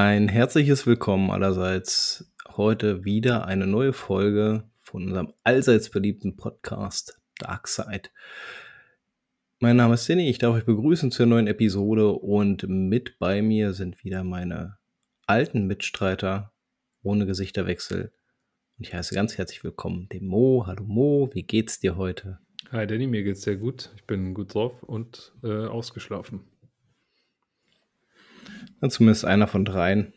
Ein herzliches Willkommen allerseits. Heute wieder eine neue Folge von unserem allseits beliebten Podcast Darkside. Mein Name ist Cindy, ich darf euch begrüßen zur neuen Episode und mit bei mir sind wieder meine alten Mitstreiter ohne Gesichterwechsel. Und ich heiße ganz herzlich willkommen den Mo. Hallo Mo, wie geht's dir heute? Hi Danny, mir geht's sehr gut. Ich bin gut drauf und ausgeschlafen. Na, zumindest einer von dreien.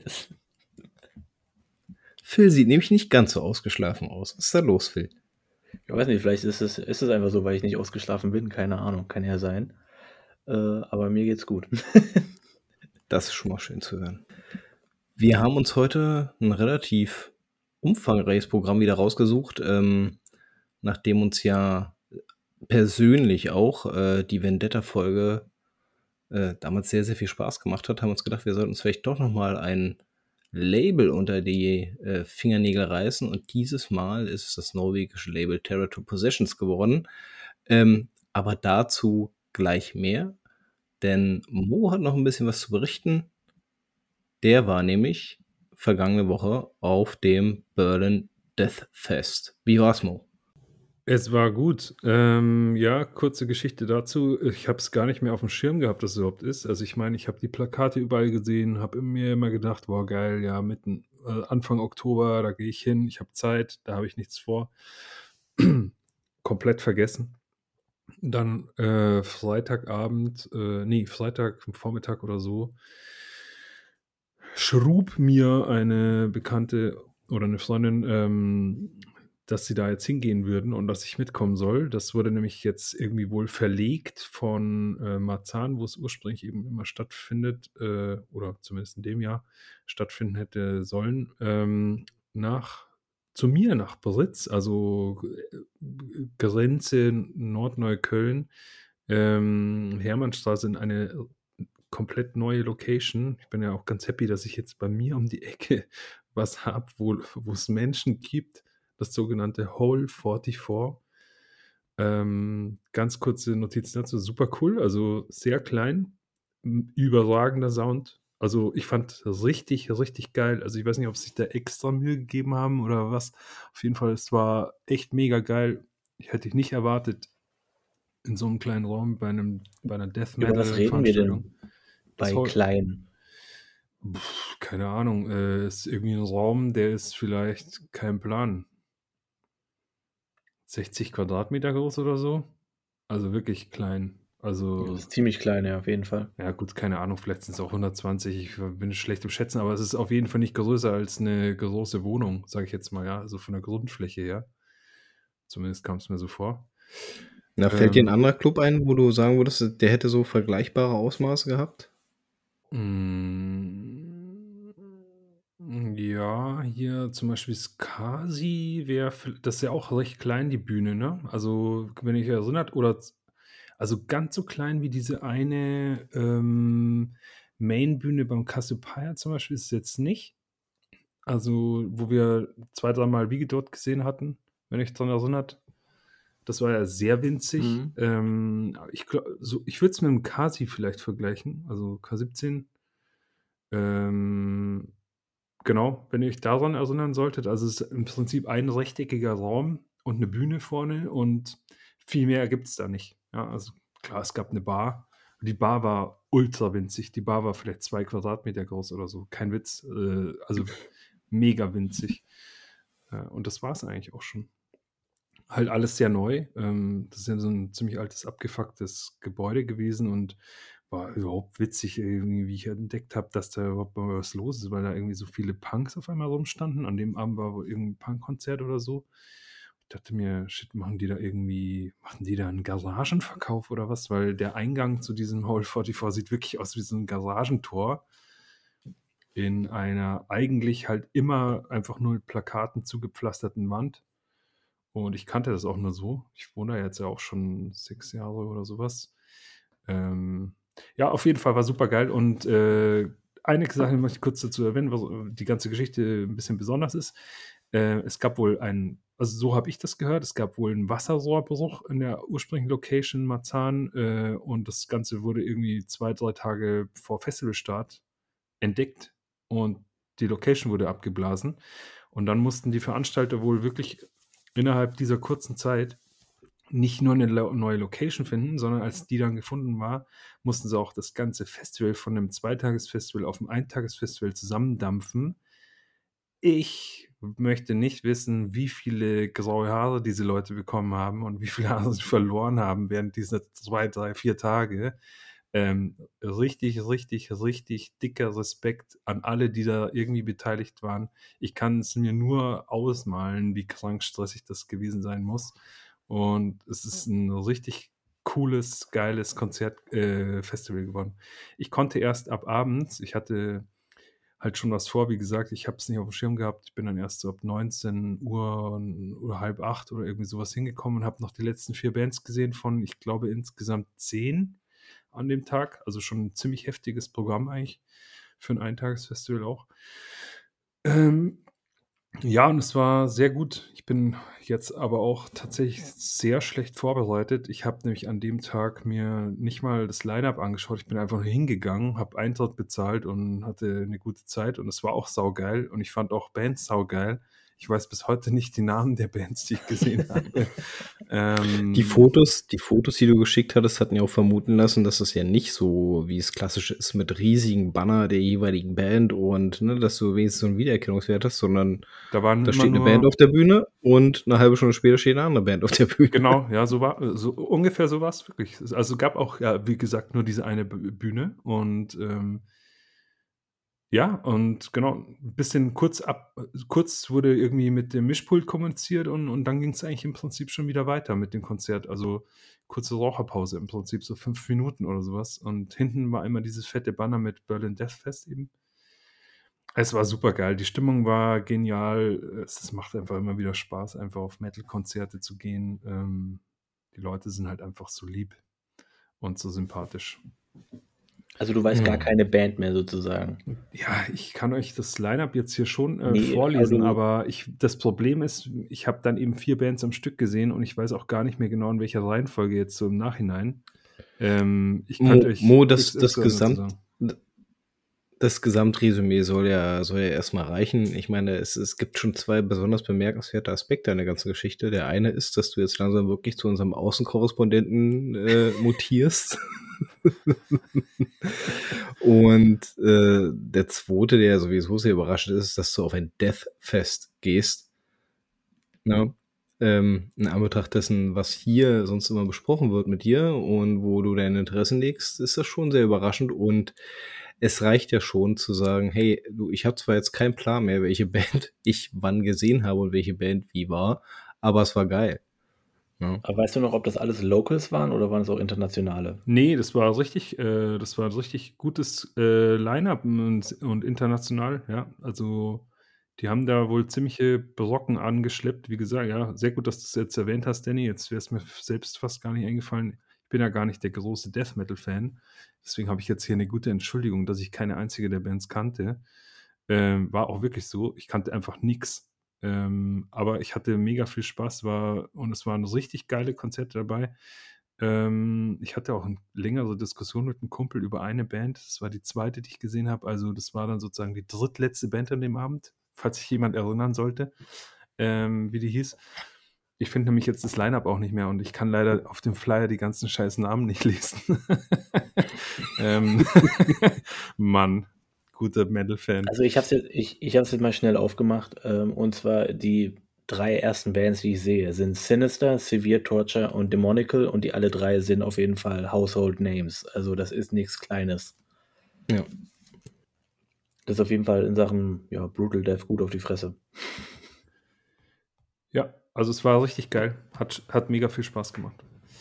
Phil sieht nämlich nicht ganz so ausgeschlafen aus. Was ist da los, Phil? Ich weiß nicht, vielleicht ist es einfach so, weil ich nicht ausgeschlafen bin. Keine Ahnung, kann ja sein. Aber mir geht's gut. Das ist schon mal schön zu hören. Wir haben uns heute ein relativ umfangreiches Programm wieder rausgesucht, nachdem uns ja persönlich auch die Vendetta-Folge damals sehr, sehr viel Spaß gemacht hat, haben wir uns gedacht, wir sollten uns vielleicht doch nochmal ein Label unter die Fingernägel reißen. Und dieses Mal ist es das norwegische Label Terror to Possessions geworden. Aber dazu gleich mehr, denn Mo hat noch ein bisschen was zu berichten. Der war nämlich vergangene Woche auf dem Berlin Death Fest. Wie war's, Mo? Es war gut. Ja, kurze Geschichte dazu. Ich habe es gar nicht mehr auf dem Schirm gehabt, dass es überhaupt ist. Also ich meine, ich habe die Plakate überall gesehen, habe mir immer gedacht, boah geil, ja, Anfang Oktober, da gehe ich hin, ich habe Zeit, da habe ich nichts vor. Komplett vergessen. Dann Freitagabend, Freitagvormittag oder so, schrub mir eine Bekannte oder eine Freundin, dass sie da jetzt hingehen würden und dass ich mitkommen soll. Das wurde nämlich jetzt irgendwie wohl verlegt von Marzahn, wo es ursprünglich eben immer stattfindet, oder zumindest in dem Jahr stattfinden hätte sollen, zu mir nach Britz, also Grenze Nordneukölln, Hermannstraße in eine komplett neue Location. Ich bin ja auch ganz happy, dass ich jetzt bei mir um die Ecke was habe, wo es Menschen gibt, das sogenannte Hole 44. Ganz kurze Notiz dazu, super cool, also sehr klein, überragender Sound. Also ich fand richtig, richtig geil. Also ich weiß nicht, ob sie sich da extra Mühe gegeben haben oder was. Auf jeden Fall, es war echt mega geil. Hätte ich nicht erwartet, in so einem kleinen Raum bei einer Death Über was Metal reden wir Veranstaltung. denn Das bei Hol klein? Keine Ahnung, ist irgendwie ein Raum, der ist vielleicht, kein Plan, 60 Quadratmeter groß oder so. Also wirklich klein. Das Also, ist ziemlich klein, ja, auf jeden Fall. ja gut, keine Ahnung, vielleicht sind es auch 120. Ich bin schlecht im Schätzen, aber es ist auf jeden Fall nicht größer als eine große Wohnung, sage ich jetzt mal, ja, also von der Grundfläche her. Zumindest kam es mir so vor. Na, fällt dir ein anderer Club ein, wo du sagen würdest, der hätte so vergleichbare Ausmaße gehabt? Ja, hier zum Beispiel Skasi wäre, das ist ja auch recht klein, die Bühne, ne? Also, wenn ich erinnert, also ganz so klein wie diese eine Main-Bühne beim Cassiopeia zum Beispiel ist es jetzt nicht. Also, wo wir 2, 3 Mal Wigedot gesehen hatten, wenn ich dran erinnert. Das war ja sehr winzig. Ich würde es mit dem Kasi vielleicht vergleichen, also K17. Genau, wenn ihr euch daran erinnern solltet, also es ist im Prinzip ein rechteckiger Raum und eine Bühne vorne und viel mehr gibt es da nicht. Ja, also klar, es gab eine Bar. Die Bar war ultra winzig. Die Bar war vielleicht 2 Quadratmeter groß oder so. Kein Witz. Also mega winzig. Und das war es eigentlich auch schon. Halt alles sehr neu. Das ist ja so ein ziemlich altes, abgefucktes Gebäude gewesen und war überhaupt witzig, irgendwie, wie ich entdeckt habe, dass da überhaupt mal was los ist, weil da irgendwie so viele Punks auf einmal rumstanden. An dem Abend war wohl irgendein Punkkonzert oder so. Ich dachte mir, shit, machen die da einen Garagenverkauf oder was? Weil der Eingang zu diesem Hall 44 sieht wirklich aus wie so ein Garagentor in einer eigentlich halt immer einfach nur mit Plakaten zugepflasterten Wand. Und ich kannte das auch nur so. Ich wohne da jetzt ja auch schon 6 Jahre oder sowas. Ja, auf jeden Fall war super geil. Und eine Sache möchte ich kurz dazu erwähnen, was die ganze Geschichte ein bisschen besonders ist. Es gab wohl also so habe ich das gehört, es gab wohl einen Wasserrohrbruch in der ursprünglichen Location Marzahn und das Ganze wurde irgendwie 2, 3 Tage vor Festivalstart entdeckt und die Location wurde abgeblasen. Und dann mussten die Veranstalter wohl wirklich innerhalb dieser kurzen Zeit nicht nur eine neue Location finden, sondern als die dann gefunden war, mussten sie auch das ganze Festival von einem Zweitagesfestival auf ein Eintagesfestival zusammendampfen. Ich möchte nicht wissen, wie viele graue Haare diese Leute bekommen haben und wie viele Haare sie verloren haben während dieser 2, 3, 4 Tage. Richtig, richtig, richtig dicker Respekt an alle, die da irgendwie beteiligt waren. Ich kann es mir nur ausmalen, wie krank stressig das gewesen sein muss. Und es ist ein richtig cooles, geiles Festival geworden. Ich konnte erst ab abends, ich hatte halt schon was vor, wie gesagt, ich habe es nicht auf dem Schirm gehabt. Ich bin dann erst so ab 19 Uhr oder halb 8 oder irgendwie sowas hingekommen und habe noch die letzten 4 Bands gesehen von, ich glaube, insgesamt 10 an dem Tag. Also schon ein ziemlich heftiges Programm eigentlich für ein Eintagesfestival auch. Ja, und es war sehr gut. Ich bin jetzt aber auch tatsächlich sehr schlecht vorbereitet. Ich habe nämlich an dem Tag mir nicht mal das Line-up angeschaut. Ich bin einfach nur hingegangen, habe Eintritt bezahlt und hatte eine gute Zeit. Und es war auch saugeil. Und ich fand auch Bands saugeil. Ich weiß bis heute nicht die Namen der Bands, die ich gesehen habe. Die Fotos, die du geschickt hattest, hatten ja auch vermuten lassen, dass es ja nicht so, wie es klassisch ist, mit riesigen Banner der jeweiligen Band und ne, dass du wenigstens so einen Wiedererkennungswert hast, sondern da waren da immer steht eine nur Band auf der Bühne und eine halbe Stunde später steht eine andere Band auf der Bühne. Genau, ja, so ungefähr so war es wirklich. Also gab auch, ja, wie gesagt, nur diese eine Bühne und ja, und genau, ein bisschen kurz wurde irgendwie mit dem Mischpult kommuniziert und dann ging es eigentlich im Prinzip schon wieder weiter mit dem Konzert. Also kurze Raucherpause im Prinzip, so 5 Minuten oder sowas. Und hinten war immer dieses fette Banner mit Berlin Death Fest eben. Es war super geil. Die Stimmung war genial. Es macht einfach immer wieder Spaß, einfach auf Metal-Konzerte zu gehen. Die Leute sind halt einfach so lieb und so sympathisch. Also du weißt gar keine Band mehr sozusagen. Ja, ich kann euch das Line-up jetzt hier schon Nee, vorlesen, aber aber das Problem ist, ich habe dann eben 4 Bands am Stück gesehen und ich weiß auch gar nicht mehr genau, in welcher Reihenfolge jetzt so im Nachhinein. Ich könnte euch Mo, XY dazu sagen. das Gesamtresümee soll ja erstmal reichen. Ich meine, es gibt schon 2 besonders bemerkenswerte Aspekte an der ganzen Geschichte. Der eine ist, dass du jetzt langsam wirklich zu unserem Außenkorrespondenten mutierst. Und der zweite, der sowieso sehr überraschend ist, dass du auf ein Deathfest gehst. Na? In Anbetracht dessen, was hier sonst immer besprochen wird mit dir und wo du deine Interessen legst, ist das schon sehr überraschend. Und es reicht ja schon zu sagen, hey, du, ich habe zwar jetzt keinen Plan mehr, welche Band ich wann gesehen habe und welche Band wie war, aber es war geil. Ja. Aber weißt du noch, ob das alles Locals waren oder waren es auch internationale? Nee, das war ein richtig gutes Line-up und international, ja. Also die haben da wohl ziemliche Brocken angeschleppt. Wie gesagt, ja, sehr gut, dass du es jetzt erwähnt hast, Danny. Jetzt wäre es mir selbst fast gar nicht eingefallen. Ich bin ja gar nicht der große Death Metal-Fan. Deswegen habe ich jetzt hier eine gute Entschuldigung, dass ich keine einzige der Bands kannte. War auch wirklich so. Ich kannte einfach nix. Aber ich hatte mega viel Spaß und es waren richtig geile Konzerte dabei. Ich hatte auch eine längere Diskussion mit einem Kumpel über eine Band. Das war die zweite, die ich gesehen habe. Also das war dann sozusagen die drittletzte Band an dem Abend, falls sich jemand erinnern sollte, wie die hieß. Ich finde nämlich jetzt das Line-up auch nicht mehr und ich kann leider auf dem Flyer die ganzen scheiß Namen nicht lesen. Mann, guter Metal-Fan. Also ich habe es jetzt mal schnell aufgemacht. Und zwar die 3 ersten Bands, die ich sehe, sind Sinister, Severe Torture und Demonical. Und die alle 3 sind auf jeden Fall Household Names. Also das ist nichts Kleines. Ja. Das ist auf jeden Fall in Sachen Brutal Death gut auf die Fresse. Ja, also es war richtig geil. Hat mega viel Spaß gemacht.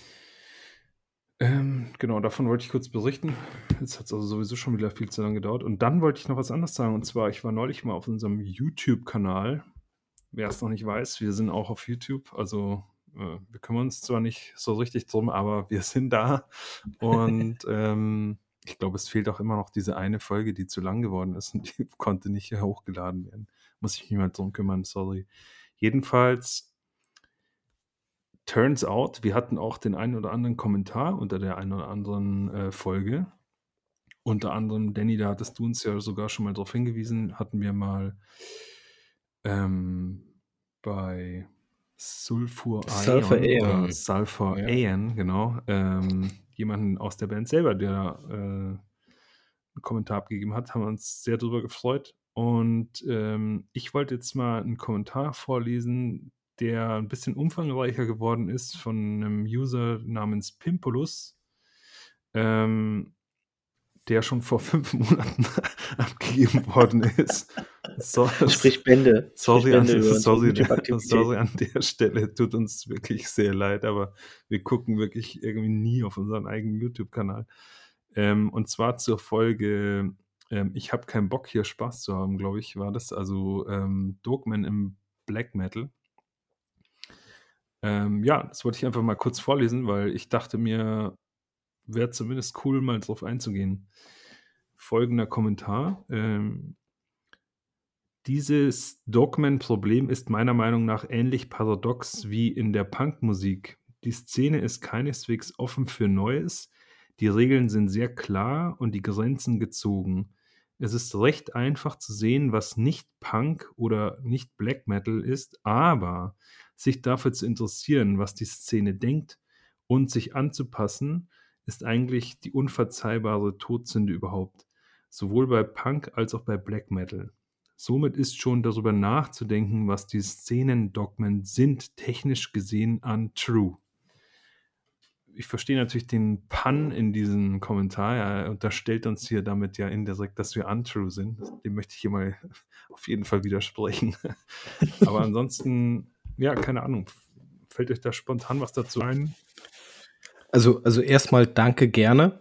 Genau, davon wollte ich kurz berichten. Jetzt hat es also sowieso schon wieder viel zu lange gedauert. Und dann wollte ich noch was anderes sagen. Und zwar, ich war neulich mal auf unserem YouTube-Kanal. Wer es noch nicht weiß, wir sind auch auf YouTube. Also wir kümmern uns zwar nicht so richtig drum, aber wir sind da. Und ich glaube, es fehlt auch immer noch diese eine Folge, die zu lang geworden ist und die konnte nicht hier hochgeladen werden. Muss ich mich mal drum kümmern, sorry. Jedenfalls, turns out, wir hatten auch den einen oder anderen Kommentar unter der einen oder anderen Folge. unter anderem, Danny, da hattest du uns ja sogar schon mal darauf hingewiesen, hatten wir mal bei Sulfur Sulfur Ion oder Aeon. Sulfur Ja. Aeon, genau, jemanden aus der Band selber, der einen Kommentar abgegeben hat, haben wir uns sehr darüber gefreut. Und ich wollte jetzt mal einen Kommentar vorlesen, der ein bisschen umfangreicher geworden ist von einem User namens Pimpolus, der schon vor 5 Monaten abgegeben worden ist. Sprich Bände. Sorry an über unsere sorry YouTube-Aktivität. an der Stelle, tut uns wirklich sehr leid, aber wir gucken wirklich irgendwie nie auf unseren eigenen YouTube-Kanal. Und zwar zur Folge, ich habe keinen Bock, hier Spaß zu haben, glaube ich, war das. Also Dogman im Black Metal. Ja, das wollte ich einfach mal kurz vorlesen, weil ich dachte mir, wäre zumindest cool, mal drauf einzugehen. Folgender Kommentar. Dieses Dogman-Problem ist meiner Meinung nach ähnlich paradox wie in der Punkmusik. Die Szene ist keineswegs offen für Neues, die Regeln sind sehr klar und die Grenzen gezogen. Es ist recht einfach zu sehen, was nicht Punk oder nicht Black Metal ist, aber sich dafür zu interessieren, was die Szene denkt und sich anzupassen, ist eigentlich die unverzeihbare Todsünde überhaupt, sowohl bei Punk als auch bei Black Metal. Somit ist schon darüber nachzudenken, was die Szenendogmen sind, technisch gesehen untrue. Ich verstehe natürlich den Pun in diesem Kommentar. Er unterstellt uns hier damit ja indirekt, dass wir untrue sind. Dem möchte ich hier mal auf jeden Fall widersprechen. Aber ansonsten, ja, keine Ahnung. Fällt euch da spontan was dazu ein? Also erstmal danke gerne.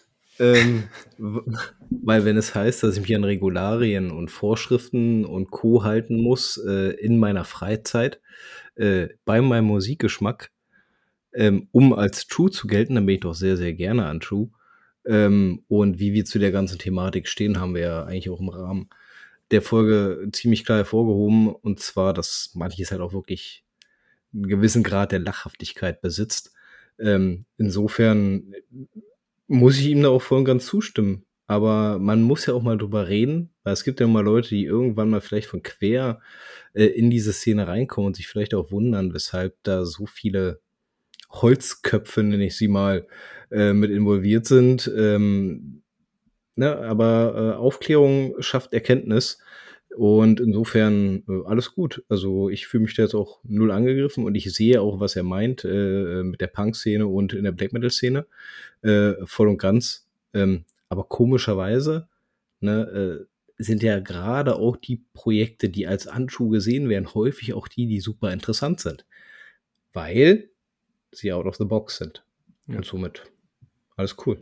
Weil wenn es heißt, dass ich mich an Regularien und Vorschriften und Co. halten muss in meiner Freizeit, bei meinem Musikgeschmack, um als True zu gelten, dann bin ich doch sehr, sehr gerne an True. Und wie wir zu der ganzen Thematik stehen, haben wir ja eigentlich auch im Rahmen der Folge ziemlich klar hervorgehoben. Und zwar, dass manches halt auch wirklich einen gewissen Grad der Lachhaftigkeit besitzt. Insofern muss ich ihm da auch voll und ganz zustimmen. Aber man muss ja auch mal drüber reden, weil es gibt ja mal Leute, die irgendwann mal vielleicht von quer in diese Szene reinkommen und sich vielleicht auch wundern, weshalb da so viele Holzköpfe, nenne ich sie mal, mit involviert sind. Aber Aufklärung schafft Erkenntnis. Und insofern alles gut. Also ich fühle mich da jetzt auch null angegriffen und ich sehe auch, was er meint mit der Punk-Szene und in der Black Metal-Szene. Voll und ganz. Aber komischerweise sind ja gerade auch die Projekte, die als Anschuh gesehen werden, häufig auch die super interessant sind. Weil sie out of the box sind. Ja. Und somit alles cool.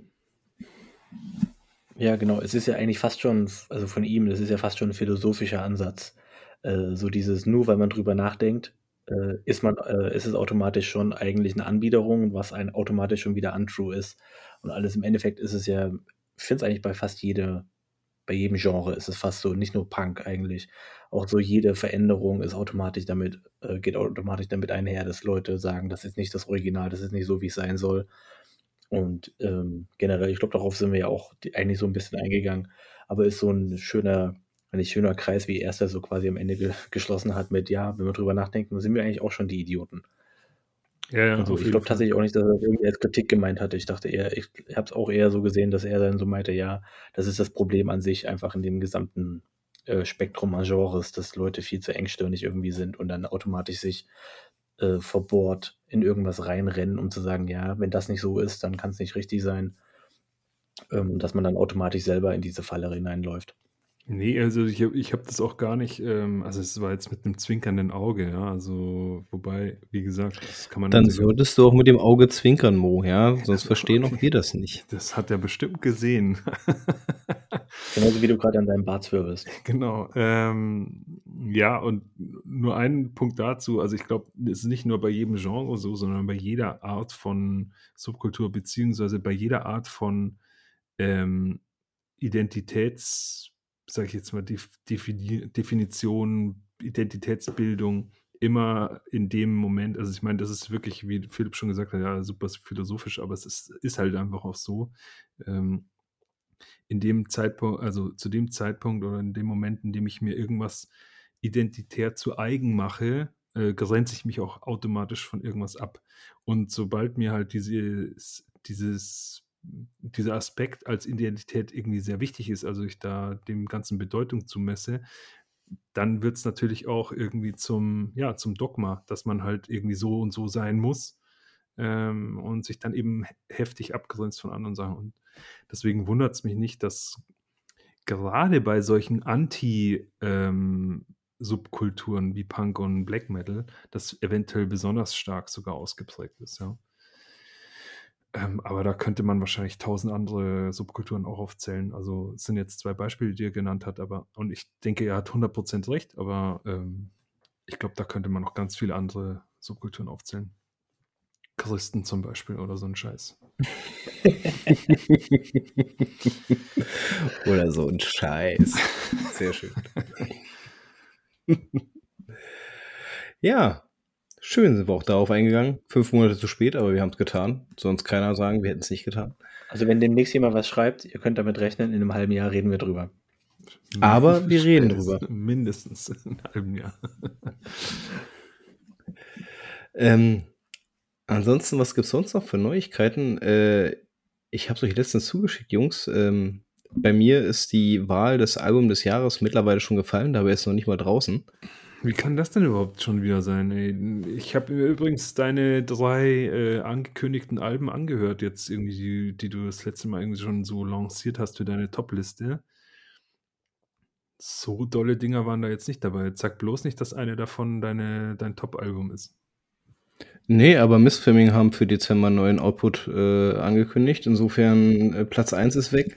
Ja, genau. Es ist ja eigentlich fast schon, also von ihm, das ist ja fast schon ein philosophischer Ansatz. So dieses, nur weil man drüber nachdenkt, ist es automatisch schon eigentlich eine Anbiederung, was ein automatisch schon wieder untrue ist. Und alles im Endeffekt ist es ja, ich finde es eigentlich bei jedem Genre ist es fast so, nicht nur Punk eigentlich. Auch so jede Veränderung ist geht automatisch damit einher, dass Leute sagen, das ist nicht das Original, das ist nicht so, wie es sein soll. Und generell, ich glaube, darauf sind wir ja auch eigentlich so ein bisschen eingegangen. Aber ist so ein schöner Kreis, wie er es da so quasi am Ende geschlossen hat mit, ja, wenn wir drüber nachdenken, dann sind wir eigentlich auch schon die Idioten. Ja, Und so. auf Ich jeden glaube Fall. tatsächlich auch nicht, dass er das irgendwie als Kritik gemeint hatte. Ich habe es auch eher so gesehen, dass er dann so meinte, ja, das ist das Problem an sich, einfach in dem gesamten Spektrum an Genres, dass Leute viel zu engstirnig irgendwie sind und dann automatisch sich verbohrt in irgendwas reinrennen, um zu sagen, ja, wenn das nicht so ist, dann kann es nicht richtig sein. Dass man dann automatisch selber in diese Falle hineinläuft. Nee, also ich hab das auch gar nicht, also es war jetzt mit einem zwinkernden Auge, ja, also wobei, wie gesagt, das kann man Dann also solltest du auch mit dem Auge zwinkern, Mo, ja? Sonst verstehen auch wir das nicht. das hat er bestimmt gesehen. Genauso wie du gerade an deinem Bart zwirbelst. Genau. Ja, und nur ein Punkt dazu, also ich glaube, es ist nicht nur bei jedem Genre so, sondern bei jeder Art von Subkultur, beziehungsweise bei jeder Art von sage ich jetzt mal, Definition, Identitätsbildung, immer in dem Moment, also ich meine, das ist wirklich, wie Philipp schon gesagt hat, ja, super philosophisch, aber es ist halt einfach auch so. in dem Zeitpunkt, also zu dem Zeitpunkt oder in dem Moment, in dem ich mir irgendwas identitär zu eigen mache, grenze ich mich auch automatisch von irgendwas ab. Und sobald mir halt dieser Aspekt als Identität irgendwie sehr wichtig ist, also ich da dem Ganzen Bedeutung zumesse, dann wird es natürlich auch irgendwie zum Dogma, dass man halt irgendwie so und so sein muss, und sich dann eben heftig abgrenzt von anderen Sachen. Und deswegen wundert es mich nicht, dass gerade bei solchen Subkulturen wie Punk und Black Metal das eventuell besonders stark sogar ausgeprägt ist, ja. Aber da könnte man wahrscheinlich 1000 andere Subkulturen auch aufzählen. Also es sind jetzt 2 Beispiele, die er genannt hat, und ich denke, er hat 100% recht, aber ich glaube, da könnte man noch ganz viele andere Subkulturen aufzählen. Christen zum Beispiel oder so ein Scheiß. Oder so ein Scheiß. Sehr schön. Ja, schön sind wir auch darauf eingegangen. 5 Monate zu spät, aber wir haben es getan. Sonst keiner sagen, wir hätten es nicht getan. Also wenn demnächst jemand was schreibt, ihr könnt damit rechnen, in einem halben Jahr reden wir drüber. Aber wir reden drüber. Mindestens in einem halben Jahr. Ansonsten, was gibt es sonst noch für Neuigkeiten? Ich habe es euch letztens zugeschickt, Jungs. Bei mir ist die Wahl des Albums des Jahres mittlerweile schon gefallen, dabei ist es noch nicht mal draußen. Wie kann das denn überhaupt schon wieder sein? Ey? Ich habe mir übrigens deine 3 angekündigten Alben angehört, jetzt irgendwie, die du das letzte Mal irgendwie schon so lanciert hast für deine Top-Liste. So dolle Dinger waren da jetzt nicht dabei. Sag bloß nicht, dass eine davon dein Top-Album ist. Nee, aber Mistfilming haben für Dezember einen neuen Output angekündigt. Insofern Platz 1 ist weg.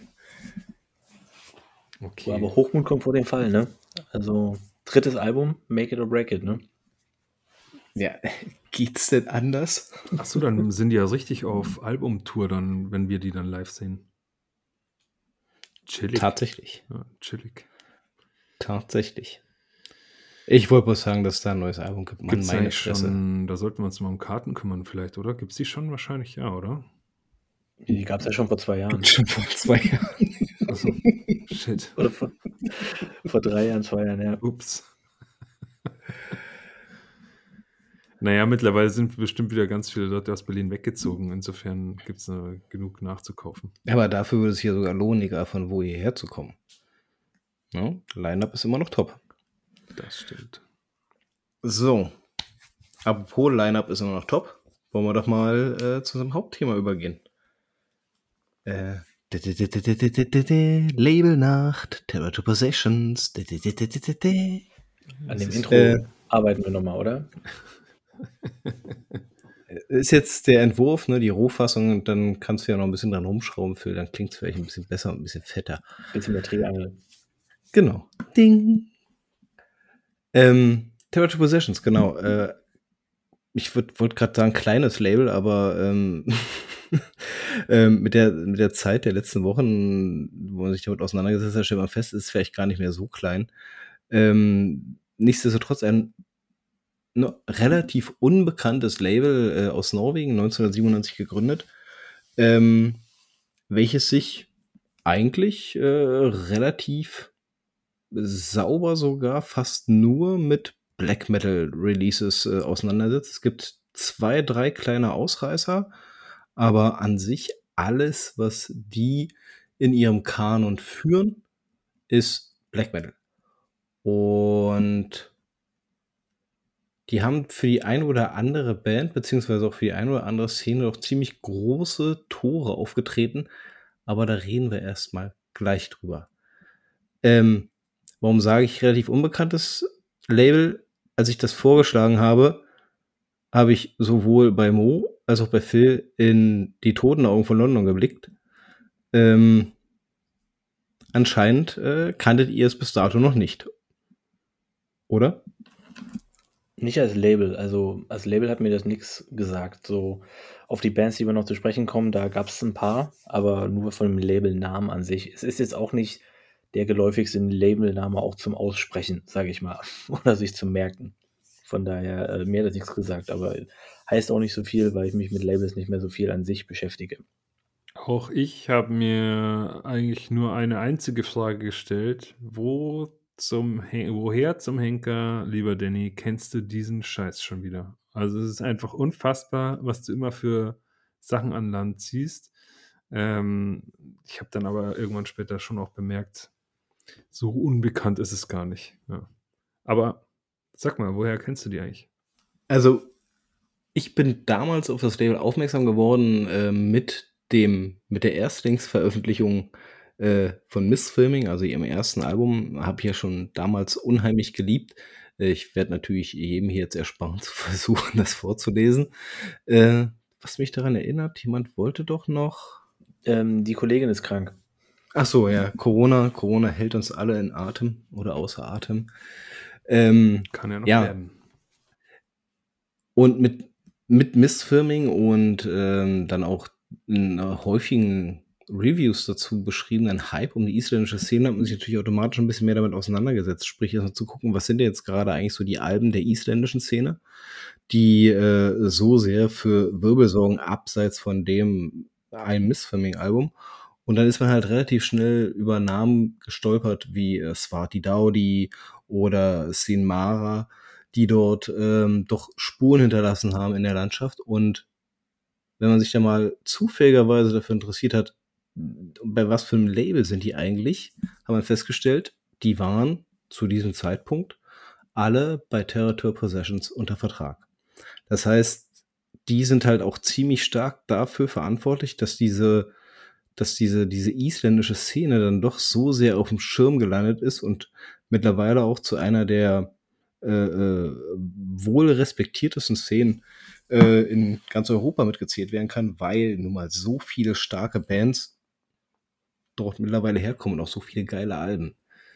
Okay. Aber Hochmut kommt vor dem Fall, ne? Also 3. Album, Make It or Break It, ne? Ja, geht's denn anders? Achso, dann sind die ja richtig auf Albumtour dann, wenn wir die dann live sehen. Chillig. Tatsächlich. Ja, chillig. Tatsächlich. Ich wollte bloß sagen, dass es da ein neues Album gibt. Gibt's meine Fresse. Da sollten wir uns mal um Karten kümmern vielleicht, oder? Gibt es die schon? Wahrscheinlich ja, oder? Die gab es ja schon vor 2 Jahren. Schon vor 2 Jahren. Achso, shit. Oder vor 3 Jahren, 2 Jahren, ja. Ups. Naja, mittlerweile sind bestimmt wieder ganz viele Leute aus Berlin weggezogen. Insofern gibt es genug nachzukaufen. Aber dafür würde es hier sogar lohnen, egal von wo hierher zu kommen. Ja, Line-Up ist immer noch top. Das stimmt. So, apropos Line-Up ist immer noch top. Wollen wir doch mal zu unserem Hauptthema übergehen. Labelnacht, Terror to Possessions. An dem Intro arbeiten wir nochmal, oder? Ist jetzt der Entwurf, ne, die Rohfassung, und dann kannst du ja noch ein bisschen dran rumschrauben, Phil, dann klingt es vielleicht ein bisschen besser und ein bisschen fetter. Ein bisschen mehr Triangel. Genau. Ding. Terror to Possessions, genau. Ich wollte gerade sagen, kleines Label, aber mit der Zeit der letzten Wochen, wo man sich damit auseinandergesetzt hat, stellt man fest, ist vielleicht gar nicht mehr so klein. Nichtsdestotrotz ein relativ unbekanntes Label aus Norwegen, 1997 gegründet, welches sich eigentlich relativ sauber sogar fast nur mit Black Metal Releases auseinandersetzt. Es gibt 2, 3 kleine Ausreißer, aber an sich alles, was die in ihrem Kanon führen, ist Black Metal. Und die haben für die eine oder andere Band, beziehungsweise auch für die eine oder andere Szene doch ziemlich große Tore aufgetreten, aber da reden wir erstmal gleich drüber. Warum sage ich relativ unbekanntes Label? Als ich das vorgeschlagen habe, habe ich sowohl bei Mo als auch bei Phil in die Totenaugen von London geblickt. Anscheinend kanntet ihr es bis dato noch nicht. Oder? Nicht als Label. Also als Label hat mir das nichts gesagt. So auf die Bands, die wir noch zu sprechen kommen, da gab es ein paar, aber nur von dem Labelnamen an sich. Es ist jetzt auch nicht der geläufigste Labelname auch zum Aussprechen, sage ich mal, oder sich zu merken. Von daher, mir hat das nichts gesagt, aber heißt auch nicht so viel, weil ich mich mit Labels nicht mehr so viel an sich beschäftige. Auch ich habe mir eigentlich nur eine einzige Frage gestellt. Woher zum Henker, lieber Danny, kennst du diesen Scheiß schon wieder? Also es ist einfach unfassbar, was du immer für Sachen an Land ziehst. Ähm, Ich habe dann aber irgendwann später schon auch bemerkt, so unbekannt ist es gar nicht. Ja. Aber sag mal, woher kennst du die eigentlich? Also, ich bin damals auf das Label aufmerksam geworden, mit der Erstlingsveröffentlichung, von Missfilming, also ihrem ersten Album, habe ich ja schon damals unheimlich geliebt. Ich werde natürlich jedem hier jetzt ersparen zu versuchen, das vorzulesen. Was mich daran erinnert, jemand wollte doch noch Die Kollegin ist krank. ach so, ja, Corona hält uns alle in Atem oder außer Atem. Kann ja noch Ja, werden. und mit Missfilming und dann auch häufigen Reviews dazu beschriebenen Hype um die isländische Szene hat man sich natürlich automatisch ein bisschen mehr damit auseinandergesetzt. Sprich, erstmal zu gucken, was sind denn jetzt gerade eigentlich so die Alben der isländischen Szene, die so sehr für Wirbel sorgen, abseits von dem ein Missfilming-Album. Und dann ist man halt relativ schnell über Namen gestolpert wie Svati Daudi oder Sin Mara, die dort doch Spuren hinterlassen haben in der Landschaft. Und wenn man sich da mal zufälligerweise dafür interessiert hat, bei was für einem Label sind die eigentlich, hat man festgestellt, die waren zu diesem Zeitpunkt alle bei Territory Possessions unter Vertrag. Das heißt, die sind halt auch ziemlich stark dafür verantwortlich, dass diese isländische Szene dann doch so sehr auf dem Schirm gelandet ist und mittlerweile auch zu einer der wohl respektiertesten Szenen in ganz Europa mitgezählt werden kann, weil nun mal so viele starke Bands dort mittlerweile herkommen und auch so viele geile Alben.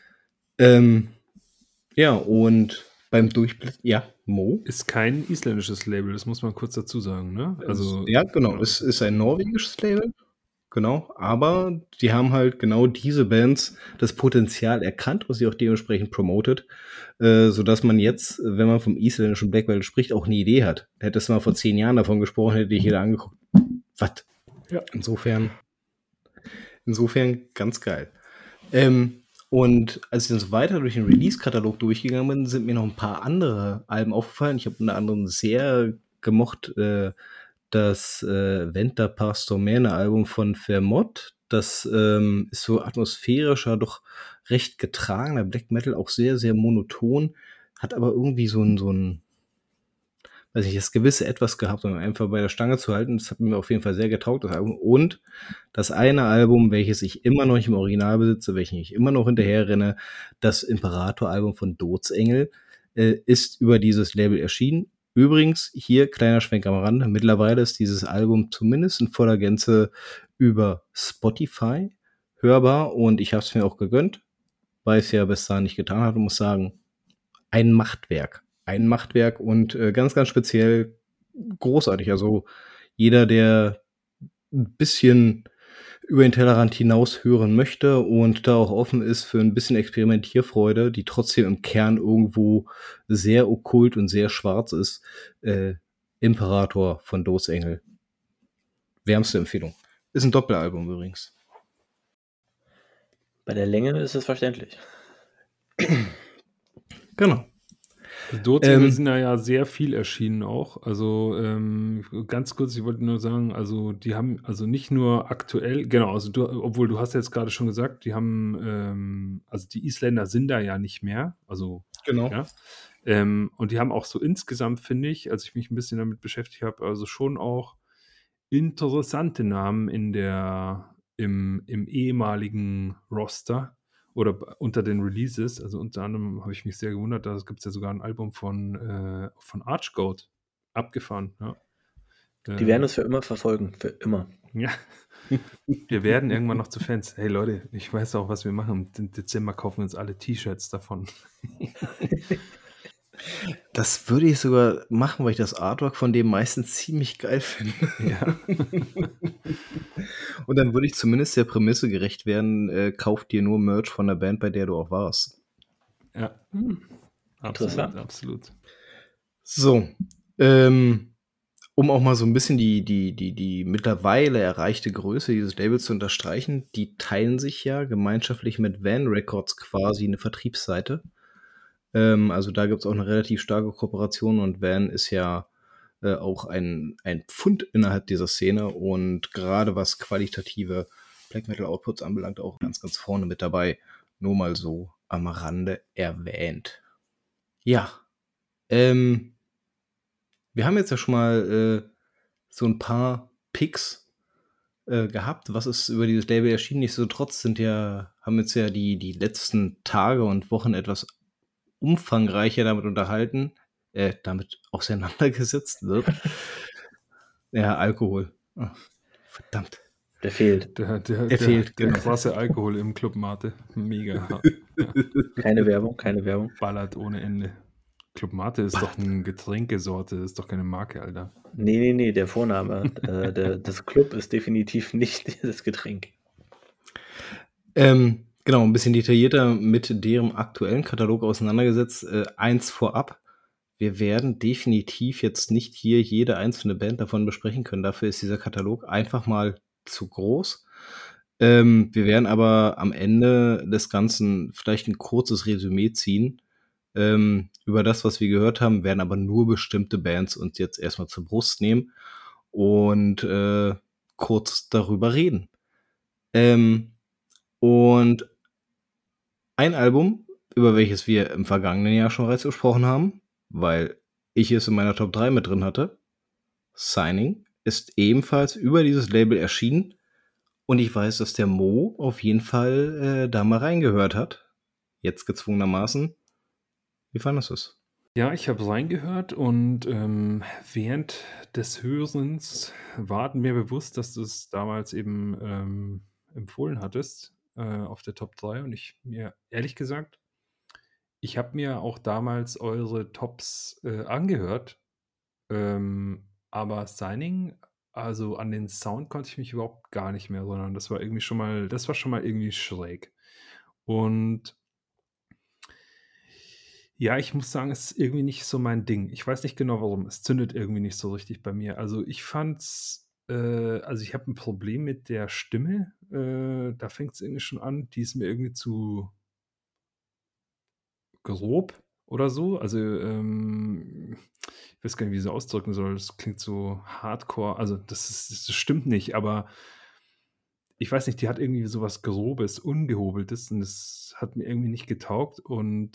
Ja, und beim Durchblick, ja, Mo? Ist kein isländisches Label, das muss man kurz dazu sagen, ne? Also, Ja, genau, es ist ein norwegisches Label. Genau, aber die haben halt genau diese Bands das Potenzial erkannt und sie auch dementsprechend promotet, sodass man jetzt, wenn man vom isländischen Black Metal spricht, auch eine Idee hat. Hättest du mal vor 10 Jahren davon gesprochen, hätte dich jeder angeguckt. Was? Ja. Insofern ganz geil. Und als ich dann so weiter durch den Release-Katalog durchgegangen bin, sind mir noch ein paar andere Alben aufgefallen. Ich habe unter anderem sehr gemocht das Venta Pastor Mene Album von Vermont. Das ist so atmosphärischer, doch recht getragener Black Metal, auch sehr, sehr monoton, hat aber irgendwie so ein weiß nicht, das gewisse Etwas gehabt, um einfach bei der Stange zu halten. Das hat mir auf jeden Fall sehr getaugt, das Album. Und das eine Album, welches ich immer noch nicht im Original besitze, welches ich immer noch hinterher renne, das Imperator-Album von Dozengel, ist über dieses Label erschienen. Übrigens, hier kleiner Schwenk am Rande, mittlerweile ist dieses Album zumindest in voller Gänze über Spotify hörbar und ich habe es mir auch gegönnt, weil ich es ja bis dahin nicht getan habe und muss sagen, ein Machtwerk. Ein Machtwerk und ganz, ganz speziell großartig. Also jeder, der ein bisschen über den Tellerrand hinaus hören möchte und da auch offen ist für ein bisschen Experimentierfreude, die trotzdem im Kern irgendwo sehr okkult und sehr schwarz ist, Imperator von Dozengel. Wärmste Empfehlung. Ist ein Doppelalbum übrigens. Bei der Länge ist es verständlich. Genau. Also Dozengel sind ja sehr viel erschienen auch. Also ganz kurz, ich wollte nur sagen, also die haben also nicht nur aktuell, genau, also obwohl du hast jetzt gerade schon gesagt, die haben, also die Isländer sind da ja nicht mehr, also Genau. ja. Und die haben auch so insgesamt, finde ich, als ich mich ein bisschen damit beschäftigt habe, also schon auch interessante Namen im ehemaligen Roster oder unter den Releases. Also unter anderem habe ich mich sehr gewundert, da gibt es ja sogar ein Album von Archgoat. Abgefahren, ja. Die werden uns für immer verfolgen, für immer. Ja. Wir werden irgendwann noch zu Fans. Hey Leute, ich weiß auch, was wir machen. Im Dezember kaufen wir uns alle T-Shirts davon. Das würde ich sogar machen, weil ich das Artwork von dem meistens ziemlich geil finde. Ja. Und dann würde ich zumindest der Prämisse gerecht werden, kauf dir nur Merch von der Band, bei der du auch warst. Ja. Absolut, Interessant. absolut. So. Um auch mal so ein bisschen die mittlerweile erreichte Größe dieses Labels zu unterstreichen, die teilen sich ja gemeinschaftlich mit Van Records quasi eine Vertriebsseite. Also da gibt es auch eine relativ starke Kooperation und Van ist ja auch ein Pfund innerhalb dieser Szene und gerade was qualitative Black Metal Outputs anbelangt, auch ganz, ganz vorne mit dabei. Nur mal so am Rande erwähnt. Ja, wir haben jetzt ja schon mal so ein paar Picks gehabt, was ist über dieses Label erschienen. Nichtsdestotrotz haben jetzt ja die letzten Tage und Wochen etwas umfangreicher damit auseinandergesetzt wird. Ja, Alkohol. Ah, verdammt. Der fehlt. Der fehlt, der genau. krasse Alkohol im Club Mate. Mega. Ja. Keine Werbung. Ballert ohne Ende. Club Mate ist doch eine Getränkesorte, ist doch keine Marke, Alter. Nee, der Vorname. Das Club ist definitiv nicht das Getränk. Genau, ein bisschen detaillierter mit deren aktuellen Katalog auseinandergesetzt. Eins vorab. Wir werden definitiv jetzt nicht hier jede einzelne Band davon besprechen können. Dafür ist dieser Katalog einfach mal zu groß. Wir werden aber am Ende des Ganzen vielleicht ein kurzes Resümee ziehen über das, was wir gehört haben, werden aber nur bestimmte Bands uns jetzt erstmal zur Brust nehmen und kurz darüber reden. Und ein Album, über welches wir im vergangenen Jahr schon bereits gesprochen haben, weil ich es in meiner Top 3 mit drin hatte, Signing, ist ebenfalls über dieses Label erschienen. Und ich weiß, dass der Mo auf jeden Fall da mal reingehört hat. Jetzt gezwungenermaßen. Wie fandest du es? Ja, ich habe reingehört und während des Hörens war mir bewusst, dass du es damals eben empfohlen hattest auf der Top 3 und mir ehrlich gesagt, ich habe mir auch damals eure Tops angehört, aber Signing, also an den Sound konnte ich mich überhaupt gar nicht mehr, sondern das war schon mal irgendwie schräg. Und ja, ich muss sagen, es ist irgendwie nicht so mein Ding. Ich weiß nicht genau warum. Es zündet irgendwie nicht so richtig bei mir. Also ich fand's, also ich habe ein Problem mit der Stimme. Da fängt es irgendwie schon an. Die ist mir irgendwie zu grob oder so. Also ich weiß gar nicht, wie ich es ausdrücken soll. Das klingt so hardcore. Also das stimmt nicht, aber ich weiß nicht, die hat irgendwie so was Grobes, Ungehobeltes und das hat mir irgendwie nicht getaugt und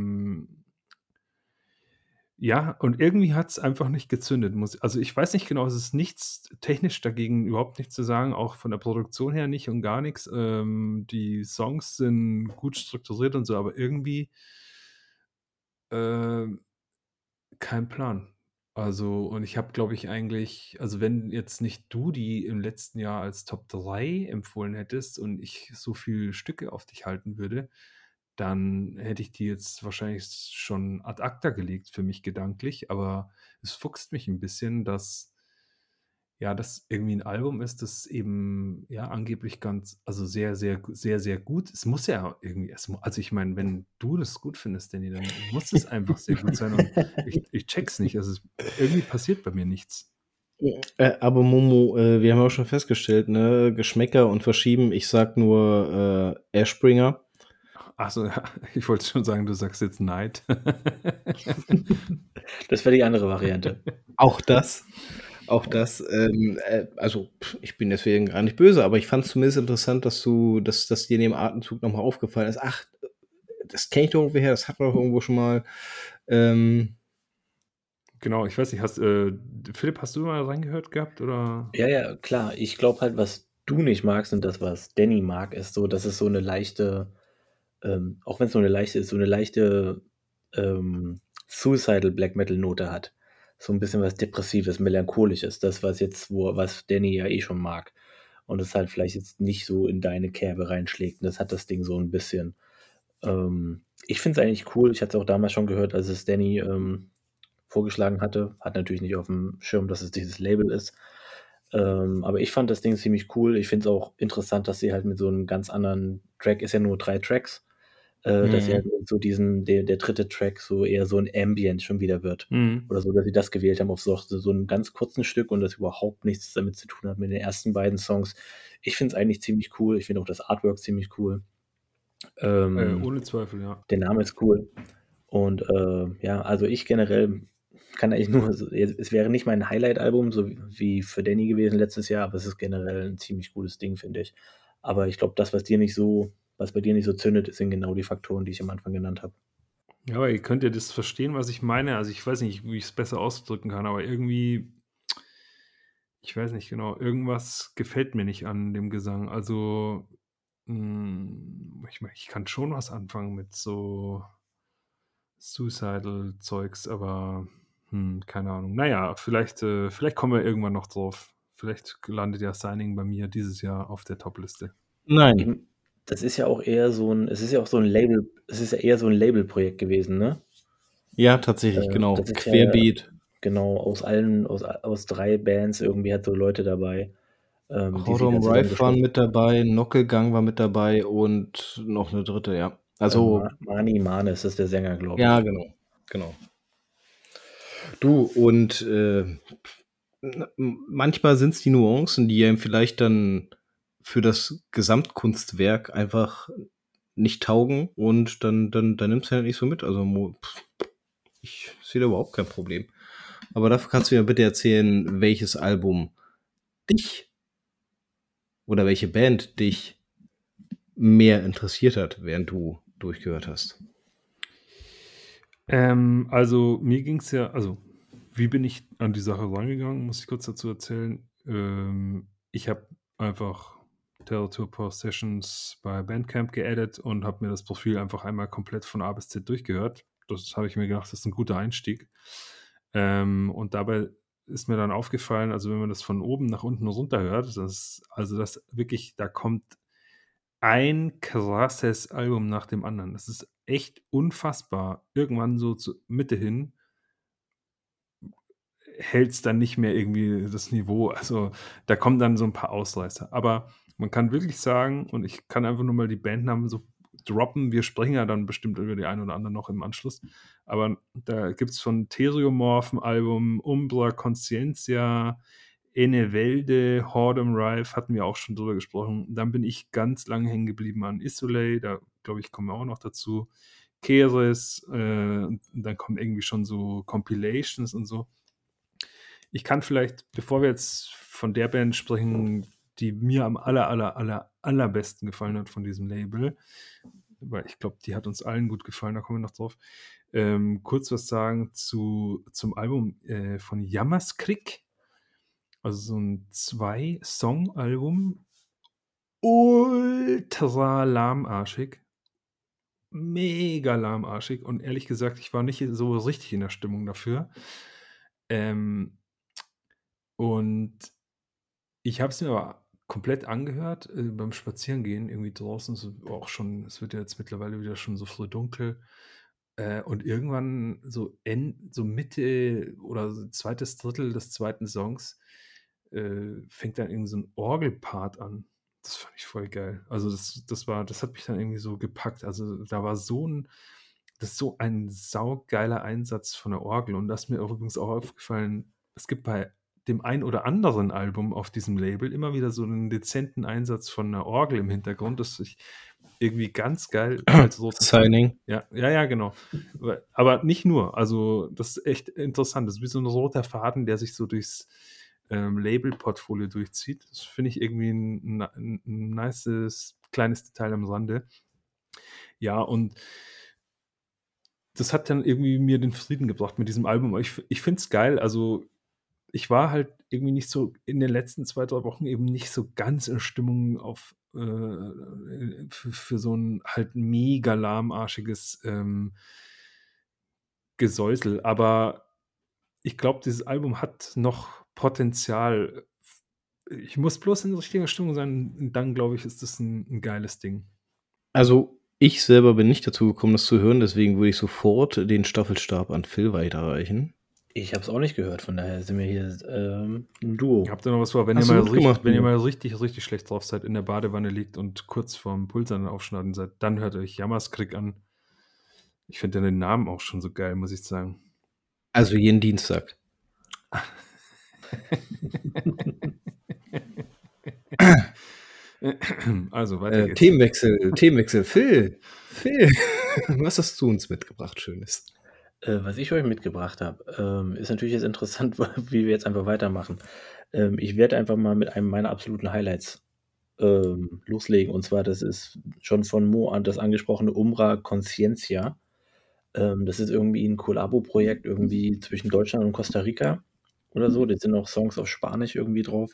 ja, und irgendwie hat es einfach nicht gezündet. Also ich weiß nicht genau, es ist nichts technisch dagegen überhaupt nichts zu sagen, auch von der Produktion her nicht und gar nichts. Die Songs sind gut strukturiert und so, aber irgendwie ähm, kein Plan. Also, und ich habe, glaube ich, eigentlich, also wenn jetzt nicht du die im letzten Jahr als Top 3 empfohlen hättest und ich so viel Stücke auf dich halten würde, dann hätte ich die jetzt wahrscheinlich schon ad acta gelegt für mich gedanklich, aber es fuchst mich ein bisschen, dass ja, das irgendwie ein Album ist, das eben, ja, angeblich also sehr, sehr, sehr, sehr gut. Es muss ja irgendwie, also ich meine, wenn du das gut findest, Danny, dann muss es einfach sehr gut sein. Und ich check's nicht. Also irgendwie passiert bei mir nichts. Aber Momo, wir haben ja auch schon festgestellt, ne, Geschmäcker und Verschieben. Ich sag nur Ashbringer. Achso, ja, ich wollte schon sagen, du sagst jetzt Neid. Das wäre die andere Variante. Auch das. Also ich bin deswegen gar nicht böse, aber ich fand es zumindest interessant, dass dir in dem Atemzug nochmal aufgefallen ist. Ach, das kenne ich doch irgendwo her, das hat man doch irgendwo schon mal. Genau, ich weiß nicht, Philipp, hast du mal reingehört gehabt, oder? Ja, klar. Ich glaube halt, was du nicht magst und das, was Danny mag, ist so, dass es so eine leichte, auch wenn es so eine leichte ist, so eine leichte Suicidal Black Metal Note hat. So ein bisschen was Depressives, Melancholisches. Das, was Danny ja eh schon mag. Und es halt vielleicht jetzt nicht so in deine Kerbe reinschlägt. Und das hat das Ding so ein bisschen. Ich finde es eigentlich cool. Ich hatte es auch damals schon gehört, als es Danny vorgeschlagen hatte. Hat natürlich nicht auf dem Schirm, dass es dieses Label ist. Aber ich fand das Ding ziemlich cool. Ich finde es auch interessant, dass sie halt mit so einem ganz anderen Track, ist ja nur 3 Tracks, dass er Mhm. so der dritte Track so eher so ein Ambient schon wieder wird. Mhm. Oder so, dass sie das gewählt haben auf so einem ganz kurzen Stück und das überhaupt nichts damit zu tun hat mit den ersten beiden Songs. Ich finde es eigentlich ziemlich cool. Ich finde auch das Artwork ziemlich cool. Ohne Zweifel, ja. Der Name ist cool. Und ja, also ich generell kann eigentlich nur, es wäre nicht mein Highlight-Album, so wie für Danny gewesen letztes Jahr, aber es ist generell ein ziemlich cooles Ding, finde ich. Aber ich glaube, das, was bei dir nicht so zündet, sind genau die Faktoren, die ich am Anfang genannt habe. Ja, aber ihr könnt ja das verstehen, was ich meine. Also ich weiß nicht, wie ich es besser ausdrücken kann, aber irgendwie, ich weiß nicht genau, irgendwas gefällt mir nicht an dem Gesang. Also ich kann schon was anfangen mit so Suicidal-Zeugs, aber keine Ahnung. Naja, vielleicht kommen wir irgendwann noch drauf. Vielleicht landet ja Signing bei mir dieses Jahr auf der Top-Liste. Nein. Eben, das ist ja auch eher so ein Label, es ist ja eher so ein Labelprojekt gewesen, ne? Ja, tatsächlich, genau. Das ist ja Querbeet. genau aus 3 Bands irgendwie hat so Leute dabei, die sie Hodom dann Rife waren zusammengeschlossen mit dabei, Nockelgang war mit dabei und noch eine dritte, ja. Also, Mani Manes ist der Sänger, glaube ja, ich. genau. Du, und manchmal sind es die Nuancen, die einem vielleicht dann für das Gesamtkunstwerk einfach nicht taugen und dann nimmst du halt nicht so mit. Also ich sehe da überhaupt kein Problem. Aber dafür kannst du mir bitte erzählen, welches Album dich oder welche Band dich mehr interessiert hat, während du durchgehört hast. Also mir ging es ja, also wie bin ich an die Sache rangegangen, muss ich kurz dazu erzählen. Ich habe einfach Terror Power Sessions bei Bandcamp geaddet und habe mir das Profil einfach einmal komplett von A bis Z durchgehört. Das habe ich mir gedacht, das ist ein guter Einstieg. Und dabei ist mir dann aufgefallen, also wenn man das von oben nach unten runter hört, das wirklich, da kommt ein krasses Album nach dem anderen. Das ist echt unfassbar. Irgendwann so zur Mitte hin hält es dann nicht mehr irgendwie das Niveau. Also da kommen dann so ein paar Ausreißer. Aber man kann wirklich sagen, und ich kann einfach nur mal die Bandnamen so droppen. Wir sprechen ja dann bestimmt über die ein oder andere noch im Anschluss. Aber da gibt es von Theriomorph ein Album, Umbra Conscientia, Enevelde, Hordem Rife, hatten wir auch schon drüber gesprochen. Dann bin ich ganz lange hängen geblieben an Isolé, da glaube ich, kommen wir auch noch dazu. Keres, und dann kommen irgendwie schon so Compilations und so. Ich kann vielleicht, bevor wir jetzt von der Band sprechen, die mir am allerbesten gefallen hat von diesem Label, weil ich glaube, die hat uns allen gut gefallen, da kommen wir noch drauf, kurz was sagen zum Album von Jammerskrik. Also so ein 2-Song-Album. Ultra lahmarschig. Mega lahmarschig. Und ehrlich gesagt, ich war nicht so richtig in der Stimmung dafür. Und ich habe es mir aber komplett angehört beim Spazierengehen irgendwie draußen. Auch schon, es wird ja jetzt mittlerweile wieder schon so früh dunkel. Und irgendwann so Mitte oder so zweites Drittel des zweiten Songs fängt dann irgendwie so ein Orgelpart an. Das fand ich voll geil. Also das hat mich dann irgendwie so gepackt. Also da war das ist so ein saugeiler Einsatz von der Orgel. Und das ist mir auch übrigens auch aufgefallen, es gibt bei dem ein oder anderen Album auf diesem Label immer wieder so einen dezenten Einsatz von einer Orgel im Hintergrund, das ich irgendwie ganz geil als roten Signing. ja, genau. Aber nicht nur. Also, das ist echt interessant. Das ist wie so ein roter Faden, der sich so durchs Label-Portfolio durchzieht. Das finde ich irgendwie ein nices kleines Detail am Rande. Ja, und das hat dann irgendwie mir den Frieden gebracht mit diesem Album. Ich finde es geil. Also, ich war halt irgendwie nicht so in den letzten 2, 3 Wochen eben nicht so ganz in Stimmung für so ein halt mega lahmarschiges Gesäusel. Aber ich glaube, dieses Album hat noch Potenzial. Ich muss bloß in der richtigen Stimmung sein und dann, glaube ich, ist das ein geiles Ding. Also, ich selber bin nicht dazu gekommen, das zu hören, deswegen würde ich sofort den Staffelstab an Phil weiterreichen. Ich habe es auch nicht gehört, von daher sind wir hier ein Duo. Habt ihr noch was vor, wenn Hast ihr du mal, gut gemacht, wenn ihr Bruno. mal richtig schlecht drauf seid, in der Badewanne liegt und kurz vorm Pulsern aufschneiden seid, dann hört euch Jammerskrieg an. Ich finde den Namen auch schon so geil, muss ich sagen. Also jeden Dienstag. Also, weiter geht's. Themenwechsel. Phil, was hast du uns mitgebracht, Schönes? Was ich euch mitgebracht habe, ist natürlich jetzt interessant, wie wir jetzt einfach weitermachen. Ich werde einfach mal mit einem meiner absoluten Highlights loslegen. Und zwar, das ist schon von Mo an das angesprochene Umbra Conciencia. Das ist irgendwie ein Kollabo-Projekt irgendwie zwischen Deutschland und Costa Rica oder so. Da sind auch Songs auf Spanisch irgendwie drauf.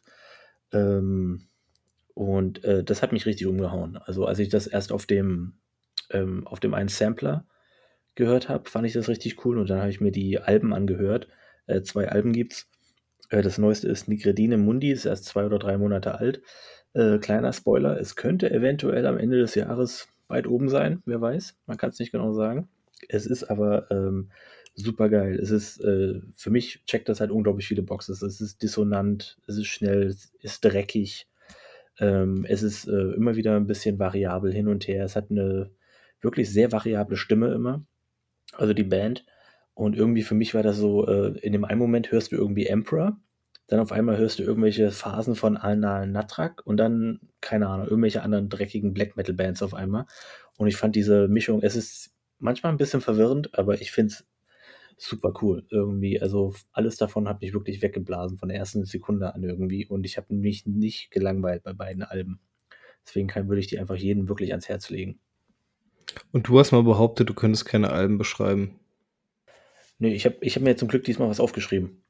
Das hat mich richtig umgehauen. Also als ich das erst auf dem einen Sampler gehört habe, fand ich das richtig cool und dann habe ich mir die Alben angehört. 2 Alben gibt's. Das neueste ist Nigredine Mundi, ist erst 2 oder 3 Monate alt. Kleiner Spoiler, es könnte eventuell am Ende des Jahres weit oben sein, wer weiß. Man kann es nicht genau sagen. Es ist aber super geil. Es ist, für mich checkt das halt unglaublich viele Boxes. Es ist dissonant, es ist schnell, es ist dreckig. Es ist immer wieder ein bisschen variabel hin und her. Es hat eine wirklich sehr variable Stimme immer, also die Band. Und irgendwie für mich war das so, in dem einen Moment hörst du irgendwie Emperor, dann auf einmal hörst du irgendwelche Phasen von Alnal Natrak und dann, keine Ahnung, irgendwelche anderen dreckigen Black Metal Bands auf einmal. Und ich fand diese Mischung, es ist manchmal ein bisschen verwirrend, aber ich finde es super cool irgendwie. Also alles davon hat mich wirklich weggeblasen von der ersten Sekunde an irgendwie und ich habe mich nicht gelangweilt bei beiden Alben. Deswegen würde ich die einfach jedem wirklich ans Herz legen. Und du hast mal behauptet, du könntest keine Alben beschreiben. Nee, ich hab mir jetzt zum Glück diesmal was aufgeschrieben.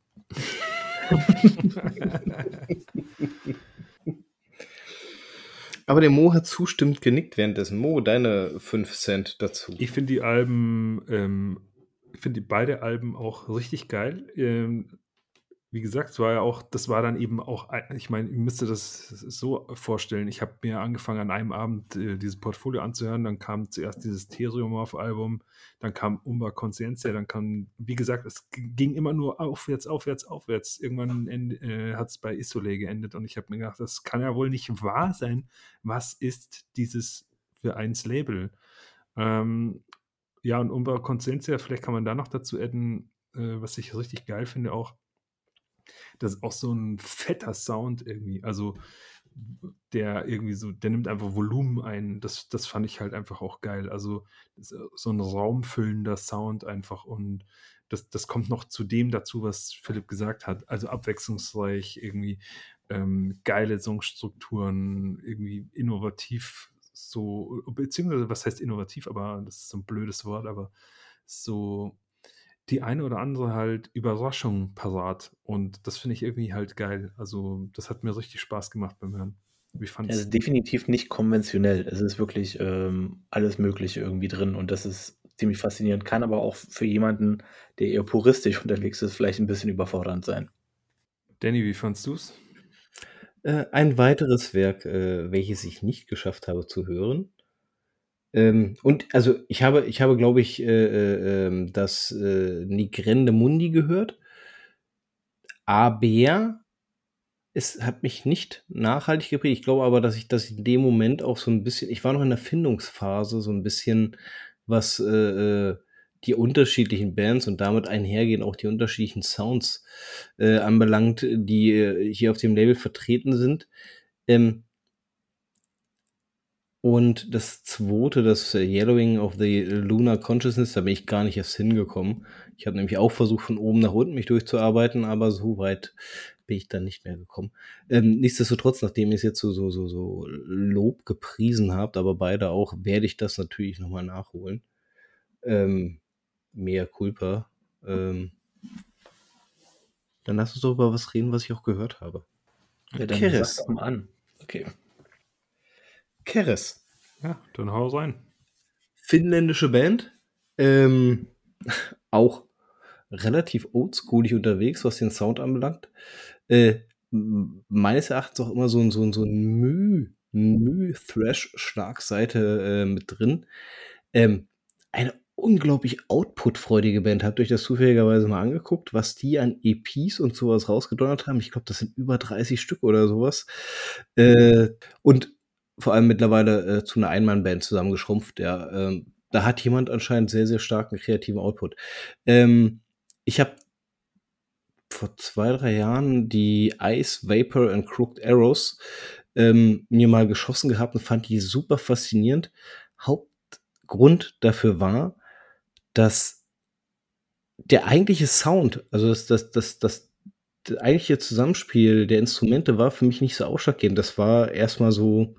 Aber der Mo hat zustimmend genickt währenddessen. Mo, deine 5 Cent dazu. Ich finde die Alben, ich finde beide Alben auch richtig geil. Wie gesagt, das war dann eben auch, ich meine, ihr müsst ihr das so vorstellen. Ich habe mir angefangen an einem Abend dieses Portfolio anzuhören, dann kam zuerst dieses Theriomorph-Album, dann kam Umbra Conciencia, dann kam, wie gesagt, es ging immer nur aufwärts. Irgendwann hat es bei Isolé geendet und ich habe mir gedacht, das kann ja wohl nicht wahr sein. Was ist dieses für eins Label? Ja, und Umbra Conciencia, vielleicht kann man da noch dazu adden, was ich richtig geil finde auch, das ist auch so ein fetter Sound irgendwie. Also der irgendwie so, der nimmt einfach Volumen ein. Das fand ich halt einfach auch geil. Also so ein raumfüllender Sound einfach und das kommt noch zu dem dazu, was Philipp gesagt hat. Also abwechslungsreich, irgendwie geile Songstrukturen, irgendwie innovativ so, beziehungsweise was heißt innovativ, aber das ist so ein blödes Wort, aber so die eine oder andere halt Überraschung parat und das finde ich irgendwie halt geil. Also, das hat mir richtig Spaß gemacht beim Hören. Wie Es fandest ist definitiv nicht konventionell. Es ist wirklich alles Mögliche irgendwie drin und das ist ziemlich faszinierend. Kann aber auch für jemanden, der eher puristisch unterwegs ist, vielleicht ein bisschen überfordernd sein. Danny, wie fandst du's? Ein weiteres Werk, welches ich nicht geschafft habe zu hören. Und also ich habe, glaube ich, das Nigrende Mundi gehört. Aber es hat mich nicht nachhaltig geprägt. Ich glaube aber, dass ich das in dem Moment auch so ein bisschen, ich war noch in der Findungsphase, so ein bisschen, was die unterschiedlichen Bands und damit einhergehend auch die unterschiedlichen Sounds anbelangt, die hier auf dem Label vertreten sind. Und das zweite, das Yellowing of the Lunar Consciousness, da bin ich gar nicht erst hingekommen. Ich habe nämlich auch versucht, von oben nach unten mich durchzuarbeiten, aber so weit bin ich dann nicht mehr gekommen. Nichtsdestotrotz, nachdem ihr es jetzt so Lob gepriesen habt, aber beide auch, werde ich das natürlich nochmal nachholen. Mea culpa. Dann lass uns doch über was reden, was ich auch gehört habe. Ja, dann Keres. sag doch mal an. Okay. Keres. Ja, dann hau rein. Finnländische Band. Auch relativ oldschoolig unterwegs, was den Sound anbelangt. Meines Erachtens auch immer so ein Thrash-Schlagseite mit drin. Eine unglaublich outputfreudige Band. Habt ihr euch das zufälligerweise mal angeguckt, was die an EPs und sowas rausgedonnert haben? Ich glaube, das sind über 30 Stück oder sowas. Und vor allem mittlerweile zu einer Einmannband zusammengeschrumpft. Ja, da hat jemand anscheinend sehr, sehr starken kreativen Output. Ich habe vor 2, 3 Jahren die Ice, Vapor and Crooked Arrows mir mal geschossen gehabt und fand die super faszinierend. Hauptgrund dafür war, dass der eigentliche Sound, also das eigentliche Zusammenspiel der Instrumente war für mich nicht so ausschlaggebend. Das war erstmal so,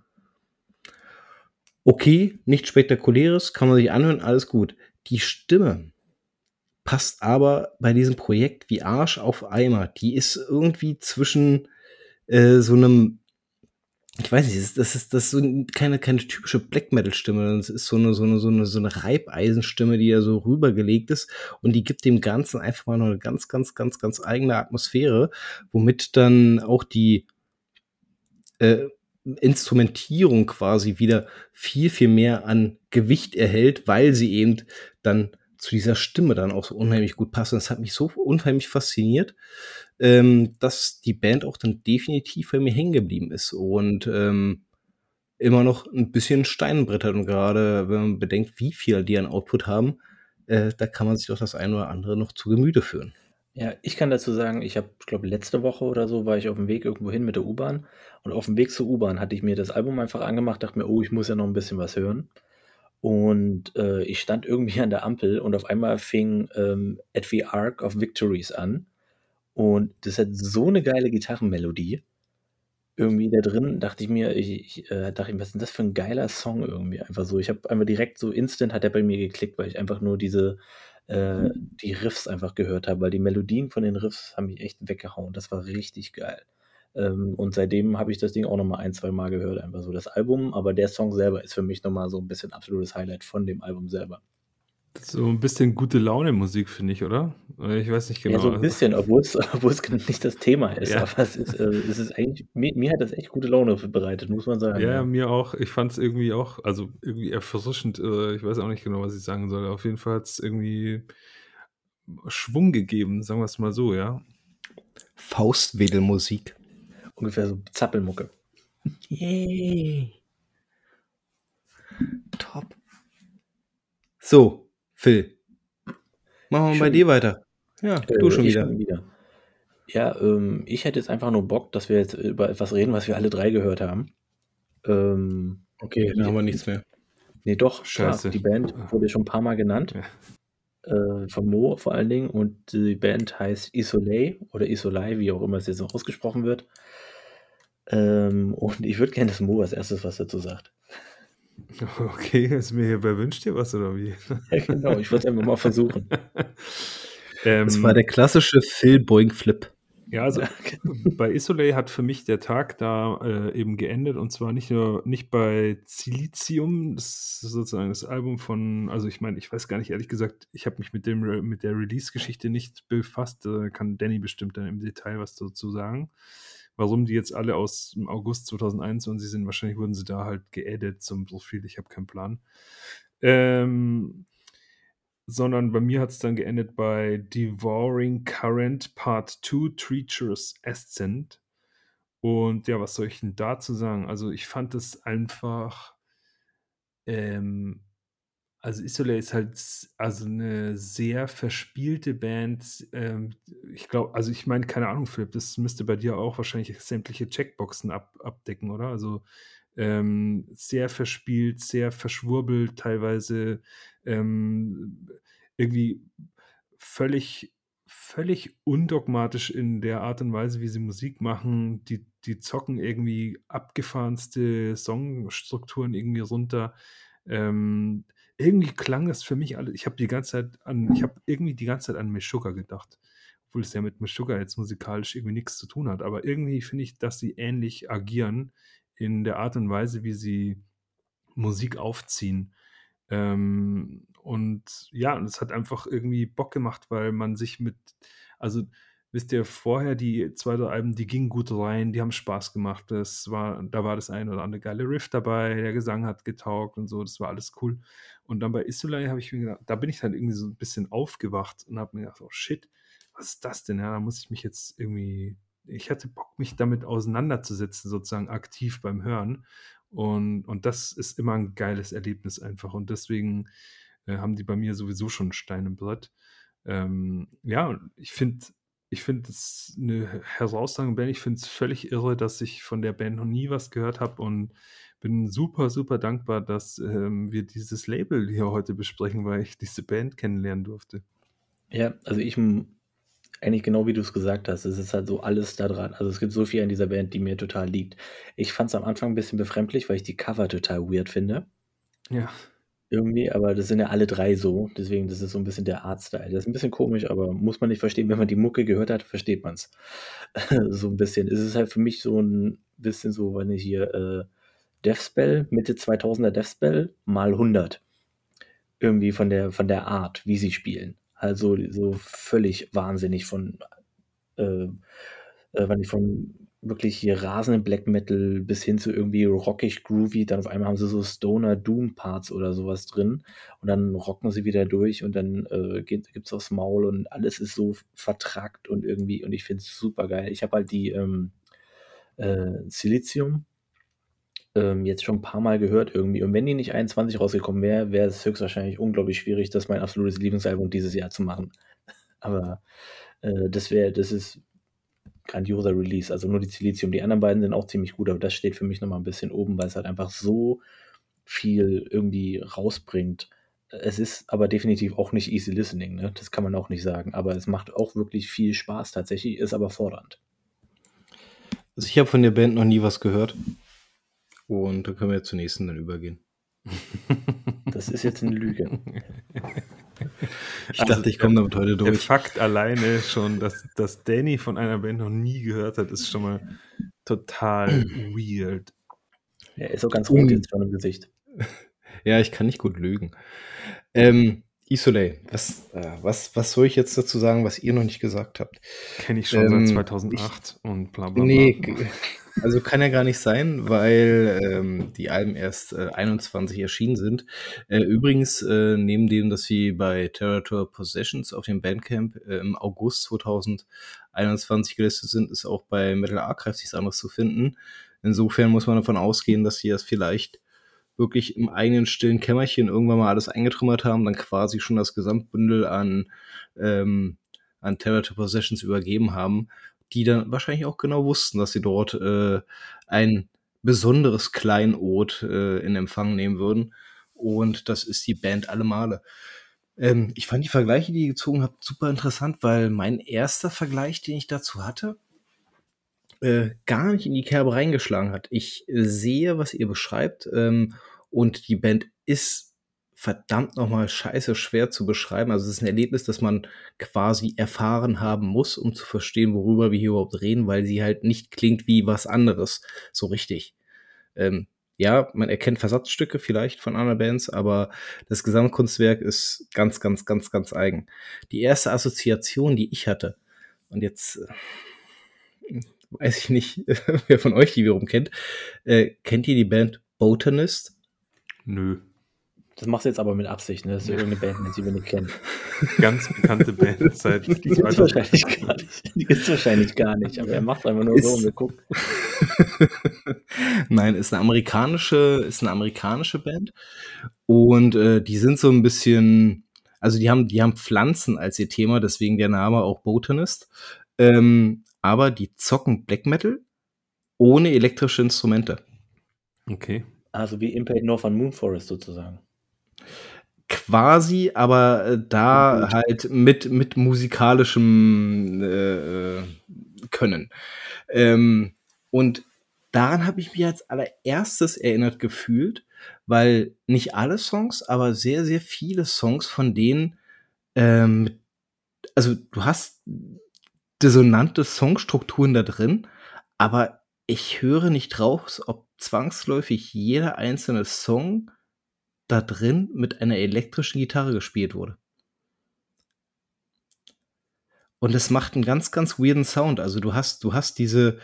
okay, nichts Spektakuläres, kann man sich anhören, alles gut. Die Stimme passt aber bei diesem Projekt wie Arsch auf Eimer. Die ist irgendwie zwischen so einem, ich weiß nicht, das ist so keine typische Black Metal Stimme. Das ist so eine Reibeisenstimme, die ja so rübergelegt ist, und die gibt dem Ganzen einfach mal noch eine ganz, ganz, ganz, ganz eigene Atmosphäre, womit dann auch die Instrumentierung quasi wieder viel, viel mehr an Gewicht erhält, weil sie eben dann zu dieser Stimme dann auch so unheimlich gut passt. Und das hat mich so unheimlich fasziniert, dass die Band auch dann definitiv bei mir hängen geblieben ist und immer noch ein bisschen Stein brettert. Und gerade wenn man bedenkt, wie viel die an Output haben, da kann man sich doch das eine oder andere noch zu Gemüte führen. Ja, ich kann dazu sagen, ich glaube, letzte Woche oder so war ich auf dem Weg irgendwo hin mit der U-Bahn, und auf dem Weg zur U-Bahn hatte ich mir das Album einfach angemacht, dachte mir: „Oh, ich muss ja noch ein bisschen was hören." Und, ich stand irgendwie an der Ampel und auf einmal fing, „At the Arc of Victories" an, und das hat so eine geile Gitarrenmelodie. Irgendwie da drin dachte ich mir, „Was ist denn das für ein geiler Song?" Irgendwie einfach so. Ich habe einfach direkt so instant hat der bei mir geklickt, weil ich einfach nur die Riffs einfach gehört habe, weil die Melodien von den Riffs haben mich echt weggehauen. Das war richtig geil. Und seitdem habe ich das Ding auch noch mal ein, zwei Mal gehört, einfach so das Album, aber der Song selber ist für mich noch mal so ein bisschen absolutes Highlight von dem Album selber. So ein bisschen gute Laune-Musik, finde ich, oder? Ich weiß nicht Ja, genau. so ein bisschen, obwohl's obwohl's nicht das Thema ist, Ja. aber es ist eigentlich mir hat das echt gute Laune bereitet, muss man sagen, Ja, ja. mir auch. Ich fand es irgendwie auch, also irgendwie erfrischend. Ich weiß auch nicht genau, was ich sagen soll. Auf jeden Fall hat es irgendwie Schwung gegeben, sagen wir es mal so, ja. Faustwedelmusik. Ungefähr so Zappelmucke. Yay. Top. So, Phil. Machen wir Schon bei dir weiter. Ja, du schon ich wieder. schon wieder. Ja, ich hätte jetzt einfach nur Bock, dass wir jetzt über etwas reden, was wir alle 3 gehört haben. Okay, dann haben wir nichts mehr. Ne, doch, klar, Scheiße. die Band wurde schon 'n paar Mal genannt, von Mo vor allen Dingen, und die Band heißt Isolé oder Isolai, wie auch immer es jetzt noch ausgesprochen wird. Und ich würde gerne, dass Mo als Erstes was dazu sagt. Okay, ist mir hier bei Wünsch dir was oder wie? Ja, genau, ich wollte es einfach mal versuchen. Das war der klassische Phil Boing Flip. Ja, also Ja, bei Isolé hat für mich der Tag da eben geendet, und zwar nicht bei Silicium, das ist sozusagen das Album von, also ich meine, ich weiß gar nicht, ehrlich gesagt, ich habe mich mit der Release-Geschichte nicht befasst, kann Danny bestimmt dann im Detail was dazu sagen. Warum die jetzt alle aus dem August 2021 sind, wahrscheinlich wurden sie da halt geaddet zum Profil, ich habe keinen Plan. Sondern bei mir hat es dann geendet bei Devouring Current Part 2 Treacherous Ascent. Und ja, was soll ich denn dazu sagen? Also ich fand es einfach, ähm, also Isolé ist halt also eine sehr verspielte Band. Ich glaube, also ich meine, keine Ahnung, Philipp, das müsste bei dir auch wahrscheinlich sämtliche Checkboxen abdecken, oder? Also sehr verspielt, sehr verschwurbelt, teilweise ähm, irgendwie völlig, völlig undogmatisch in der Art und Weise, wie sie Musik machen. Die zocken irgendwie abgefahrenste Songstrukturen irgendwie runter. Ähm, Irgendwie klang das für mich alles. Ich habe irgendwie die ganze Zeit an Meshuggah gedacht, obwohl es ja mit Meshuggah jetzt musikalisch irgendwie nichts zu tun hat. Aber irgendwie finde ich, dass sie ähnlich agieren in der Art und Weise, wie sie Musik aufziehen. Und ja, und es hat einfach irgendwie Bock gemacht, weil man sich also wisst ihr, vorher die 2, 3 Alben, die gingen gut rein, die haben Spaß gemacht. Da war das ein oder andere geile Riff dabei, der Gesang hat getaugt und so, das war alles cool. Und dann bei Isolay habe ich mir gedacht, da bin ich dann irgendwie so ein bisschen aufgewacht und habe mir gedacht, oh shit, was ist das denn? Ja, da muss ich mich jetzt irgendwie, ich hatte Bock, mich damit auseinanderzusetzen, sozusagen aktiv beim Hören. Und das ist immer ein geiles Erlebnis einfach. Und deswegen haben die bei mir sowieso schon einen Stein im Brett. Ja, und ich finde es eine herausragende Band. Ich finde es völlig irre, dass ich von der Band noch nie was gehört habe und bin super, super dankbar, dass wir dieses Label hier heute besprechen, weil ich diese Band kennenlernen durfte. Ja, also eigentlich genau wie du es gesagt hast, es ist halt so alles da dran. Also es gibt so viel an dieser Band, die mir total liegt. Ich fand es am Anfang ein bisschen befremdlich, weil ich die Cover total weird finde. Ja, Irgendwie, aber das sind ja alle 3 so. Deswegen, das ist so ein bisschen der Artstyle. Das ist ein bisschen komisch, aber muss man nicht verstehen. Wenn man die Mucke gehört hat, versteht man's. So ein bisschen. Es ist halt für mich so ein bisschen so, wenn ich hier Deathspell, Mitte 2000er Deathspell mal 100. Irgendwie von der Art, wie sie spielen. Also so völlig wahnsinnig von wirklich hier rasenden Black Metal bis hin zu irgendwie rockig, groovy, dann auf einmal haben sie so Stoner-Doom-Parts oder sowas drin und dann rocken sie wieder durch und dann gibt's aufs Maul und alles ist so vertrackt und irgendwie, und ich finde es super geil. Ich habe halt die Silicium jetzt schon ein paar Mal gehört irgendwie, und wenn die nicht 21 rausgekommen wäre es höchstwahrscheinlich unglaublich schwierig, das mein absolutes Lieblingsalbum dieses Jahr zu machen. Aber das ist grandioser Release. Also nur die Silicium. Die anderen beiden sind auch ziemlich gut, aber das steht für mich nochmal ein bisschen oben, weil es halt einfach so viel irgendwie rausbringt. Es ist aber definitiv auch nicht easy listening, ne? Das kann man auch nicht sagen. Aber es macht auch wirklich viel Spaß tatsächlich, ist aber fordernd. Also ich habe von der Band noch nie was gehört. Und dann können wir zur nächsten dann übergehen. Das ist jetzt eine Lüge. Ich dachte, ich komme damit heute Der durch. Fakt alleine schon, dass Danny von einer Band noch nie gehört hat, ist schon mal total weird. Er ist auch ganz rot jetzt schon im Gesicht. Ja, ich kann nicht gut lügen. Isolay, was soll ich jetzt dazu sagen, was ihr noch nicht gesagt habt? Kenne ich schon seit 2008 und bla bla bla. Nee, also kann ja gar nicht sein, weil die Alben erst 21 erschienen sind. Übrigens, neben dem, dass sie bei Territor Possessions auf dem Bandcamp im August 2021 gelistet sind, ist auch bei Metal Archives nichts anderes zu finden. Insofern muss man davon ausgehen, dass sie das vielleicht wirklich im eigenen stillen Kämmerchen irgendwann mal alles eingetrümmert haben, dann quasi schon das Gesamtbündel an Territor Possessions übergeben haben, die dann wahrscheinlich auch genau wussten, dass sie dort ein besonderes Kleinod in Empfang nehmen würden. Und das ist die Band alle Male. Ich fand die Vergleiche, die ihr gezogen habt, super interessant, weil mein erster Vergleich, den ich dazu hatte, gar nicht in die Kerbe reingeschlagen hat. Ich sehe, was ihr beschreibt, und die Band ist verdammt nochmal scheiße schwer zu beschreiben. Also es ist ein Erlebnis, das man quasi erfahren haben muss, um zu verstehen, worüber wir hier überhaupt reden, weil sie halt nicht klingt wie was anderes, so richtig. Ja, man erkennt Versatzstücke vielleicht von anderen Bands, aber das Gesamtkunstwerk ist ganz, ganz, ganz, ganz eigen. Die erste Assoziation, die ich hatte, und jetzt weiß ich nicht, wer von euch die wiederum kennt. Kennt ihr die Band Botanist? Nö. Das machst du jetzt aber mit Absicht, ne? Das ist ja irgendeine Band, die wir nicht kennen. Ganz bekannte Band seit Die gibt's wahrscheinlich gar nicht. Die gibt's wahrscheinlich gar nicht, aber er macht einfach nur so und wir gucken. Nein, ist eine amerikanische Band. Und die sind so ein bisschen, also die haben Pflanzen als ihr Thema, deswegen der Name auch Botanist. Aber die zocken Black Metal ohne elektrische Instrumente. Okay. Also wie Impaled North an Moonforest sozusagen. Quasi, aber da halt mit musikalischem Können. Und daran habe ich mich als allererstes erinnert gefühlt, weil nicht alle Songs, aber sehr, sehr viele Songs von denen, also du hast dissonante Songstrukturen da drin, aber ich höre nicht raus, ob zwangsläufig jeder einzelne Song da drin mit einer elektrischen Gitarre gespielt wurde. Und es macht einen ganz, ganz weirden Sound. Also du hast diese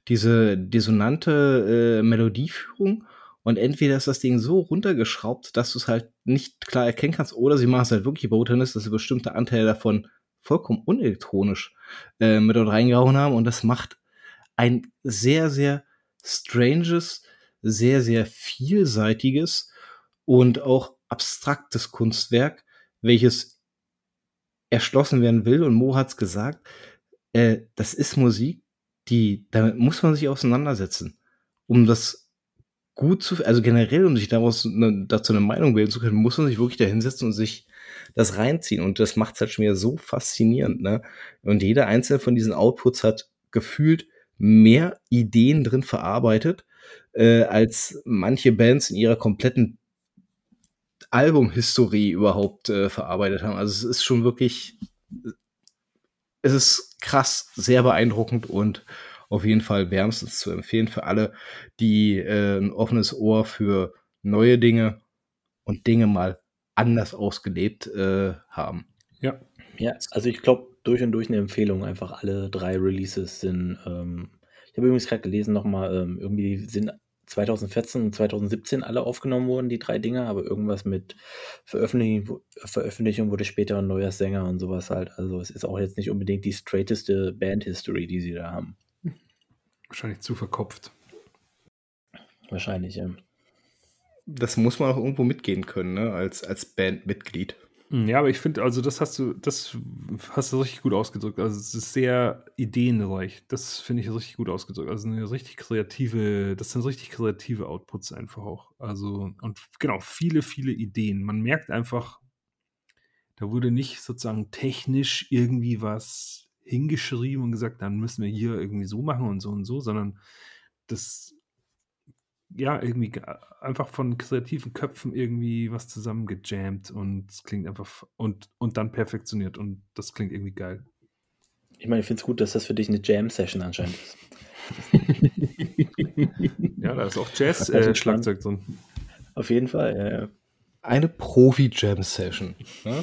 dissonante Melodieführung und entweder ist das Ding so runtergeschraubt, dass du es halt nicht klar erkennen kannst, oder sie machen es halt wirklich über Tennis, dass sie bestimmte Anteile davon vollkommen unelektronisch mit dort reingehauen haben. Und das macht ein sehr, sehr stranges, sehr, sehr vielseitiges und auch abstraktes Kunstwerk, welches erschlossen werden will. Und Mo hat's gesagt, das ist Musik, damit muss man sich auseinandersetzen, um das gut also generell, um sich dazu eine Meinung bilden zu können, muss man sich wirklich da hinsetzen und sich das reinziehen. Und das macht's halt schon wieder so faszinierend, ne? Und jeder einzelne von diesen Outputs hat gefühlt mehr Ideen drin verarbeitet, als manche Bands in ihrer kompletten Albumhistorie überhaupt verarbeitet haben. Also es ist schon wirklich, es ist krass, sehr beeindruckend und auf jeden Fall wärmstens zu empfehlen für alle, die ein offenes Ohr für neue Dinge und Dinge mal anders ausgelebt haben. Ja. Ja, also ich glaube, durch und durch eine Empfehlung. Einfach alle 3 Releases sind, ich habe übrigens gerade gelesen nochmal, irgendwie sind 2014 und 2017 alle aufgenommen worden, die 3 Dinger, aber irgendwas mit Veröffentlichung wurde später ein neuer Sänger und sowas halt. Also es ist auch jetzt nicht unbedingt die straighteste Band-History, die sie da haben. Wahrscheinlich zu verkopft. Wahrscheinlich, ja. Das muss man auch irgendwo mitgehen können, ne? Als Bandmitglied. Ja, aber ich finde, also das hast du richtig gut ausgedrückt. Also es ist sehr ideenreich. Das finde ich richtig gut ausgedrückt. Also das sind richtig kreative Outputs einfach auch. Also, und genau, viele, viele Ideen. Man merkt einfach, da wurde nicht sozusagen technisch irgendwie was hingeschrieben und gesagt, dann müssen wir hier irgendwie so machen und so, sondern das ja, irgendwie einfach von kreativen Köpfen irgendwie was zusammengejammt und es klingt einfach und dann perfektioniert und das klingt irgendwie geil. Ich meine, ich finde es gut, dass das für dich eine Jam-Session anscheinend ist. Ja, da ist auch Das ist spannend. Jazz-Schlagzeug drin. Auf jeden Fall, ja, ja. Eine Profi-Jam-Session. Ne?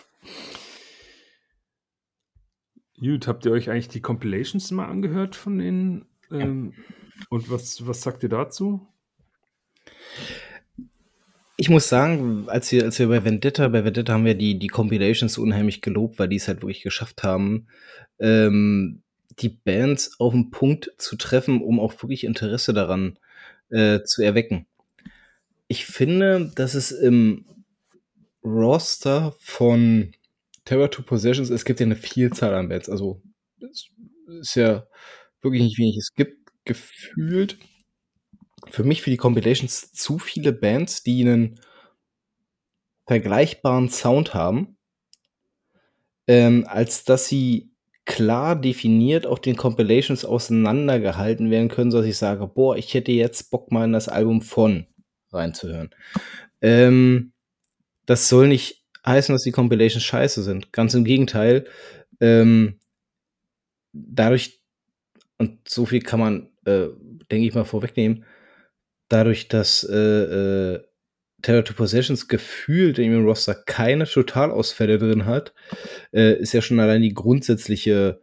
Gut, habt ihr euch eigentlich die Compilations mal angehört von denen? Und was sagt ihr dazu? Ich muss sagen, als wir bei Vendetta haben wir die Compilations unheimlich gelobt, weil die es halt wirklich geschafft haben, die Bands auf den Punkt zu treffen, um auch wirklich Interesse daran zu erwecken. Ich finde, dass es im Roster von Terror to Possessions, es gibt ja eine Vielzahl an Bands, also es ist ja wirklich nicht wenig. Es gibt gefühlt für mich für die Compilations zu viele Bands, die einen vergleichbaren Sound haben, als dass sie klar definiert auf den Compilations auseinandergehalten werden können, sodass ich sage, boah, ich hätte jetzt Bock mal in das Album von reinzuhören. Das soll nicht heißen, dass die Compilations scheiße sind. Ganz im Gegenteil. Dadurch, und so viel kann man, denke ich mal, vorwegnehmen, dadurch, dass Terror to Possessions gefühlt in ihrem Roster keine Totalausfälle drin hat, ist ja schon allein die grundsätzliche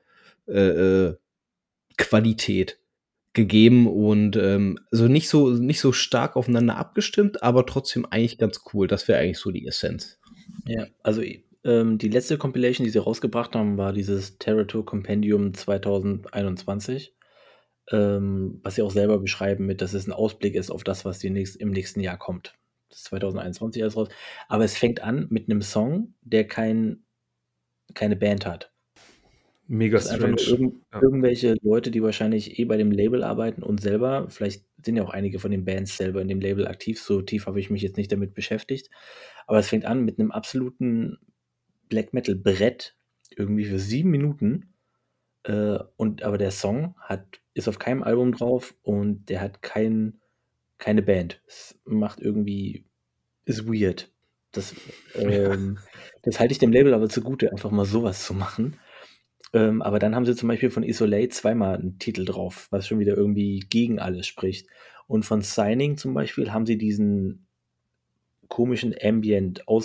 Qualität gegeben und also nicht so stark aufeinander abgestimmt, aber trotzdem eigentlich ganz cool. Das wäre eigentlich so die Essenz. Ja, also die letzte Compilation, die sie rausgebracht haben, war dieses Terror Compendium 2021, was sie auch selber beschreiben mit, dass es ein Ausblick ist auf das, was im nächsten Jahr kommt. Das ist 2021 alles raus. Aber es fängt an mit einem Song, der keine Band hat. Mega Das ist einfach strange. nur irgendwelche Leute, die wahrscheinlich bei dem Label arbeiten und selber, vielleicht sind ja auch einige von den Bands selber in dem Label aktiv, so tief habe ich mich jetzt nicht damit beschäftigt, aber es fängt an mit einem absoluten Black-Metal-Brett, irgendwie für 7 Minuten, aber der Song ist auf keinem Album drauf und der hat keine Band. Es macht irgendwie ist weird. Das halte ich dem Label aber zugute, einfach mal sowas zu machen. Aber dann haben sie zum Beispiel von Isolate zweimal einen Titel drauf, was schon wieder irgendwie gegen alles spricht. Und von Signing zum Beispiel haben sie diesen komischen Ambient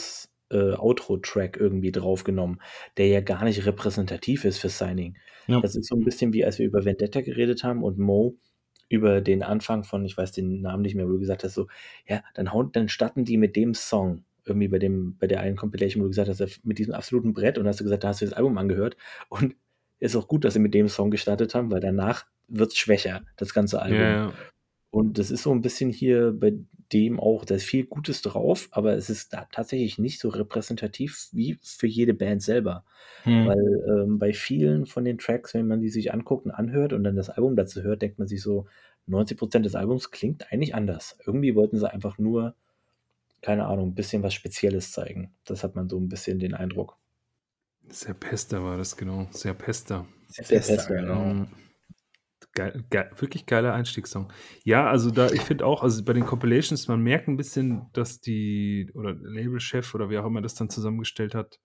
Outro-Track irgendwie draufgenommen, der ja gar nicht repräsentativ ist für Signing. Ja. Das ist so ein bisschen wie, als wir über Vendetta geredet haben und Mo über den Anfang von, ich weiß den Namen nicht mehr, wo du gesagt hast, so, ja, dann starten die mit dem Song, irgendwie bei der einen Compilation, wo du gesagt hast, mit diesem absoluten Brett, und hast du gesagt, da hast du das Album angehört, und ist auch gut, dass sie mit dem Song gestartet haben, weil danach wird's schwächer, das ganze Album. Ja. Und das ist so ein bisschen hier bei dem auch, da ist viel Gutes drauf, aber es ist da tatsächlich nicht so repräsentativ wie für jede Band selber. Weil bei vielen von den Tracks, wenn man die sich anguckt und anhört und dann das Album dazu hört, denkt man sich so, 90% des Albums klingt eigentlich anders. Irgendwie wollten sie einfach nur, keine Ahnung, ein bisschen was Spezielles zeigen. Das hat man so ein bisschen den Eindruck. Serpester war das, genau. Serpester. Serpester, genau. Wirklich geiler Einstiegssong. Ja, also ich finde auch, also bei den Compilations, man merkt ein bisschen, dass oder der Labelchef oder wer auch immer das dann zusammengestellt hat,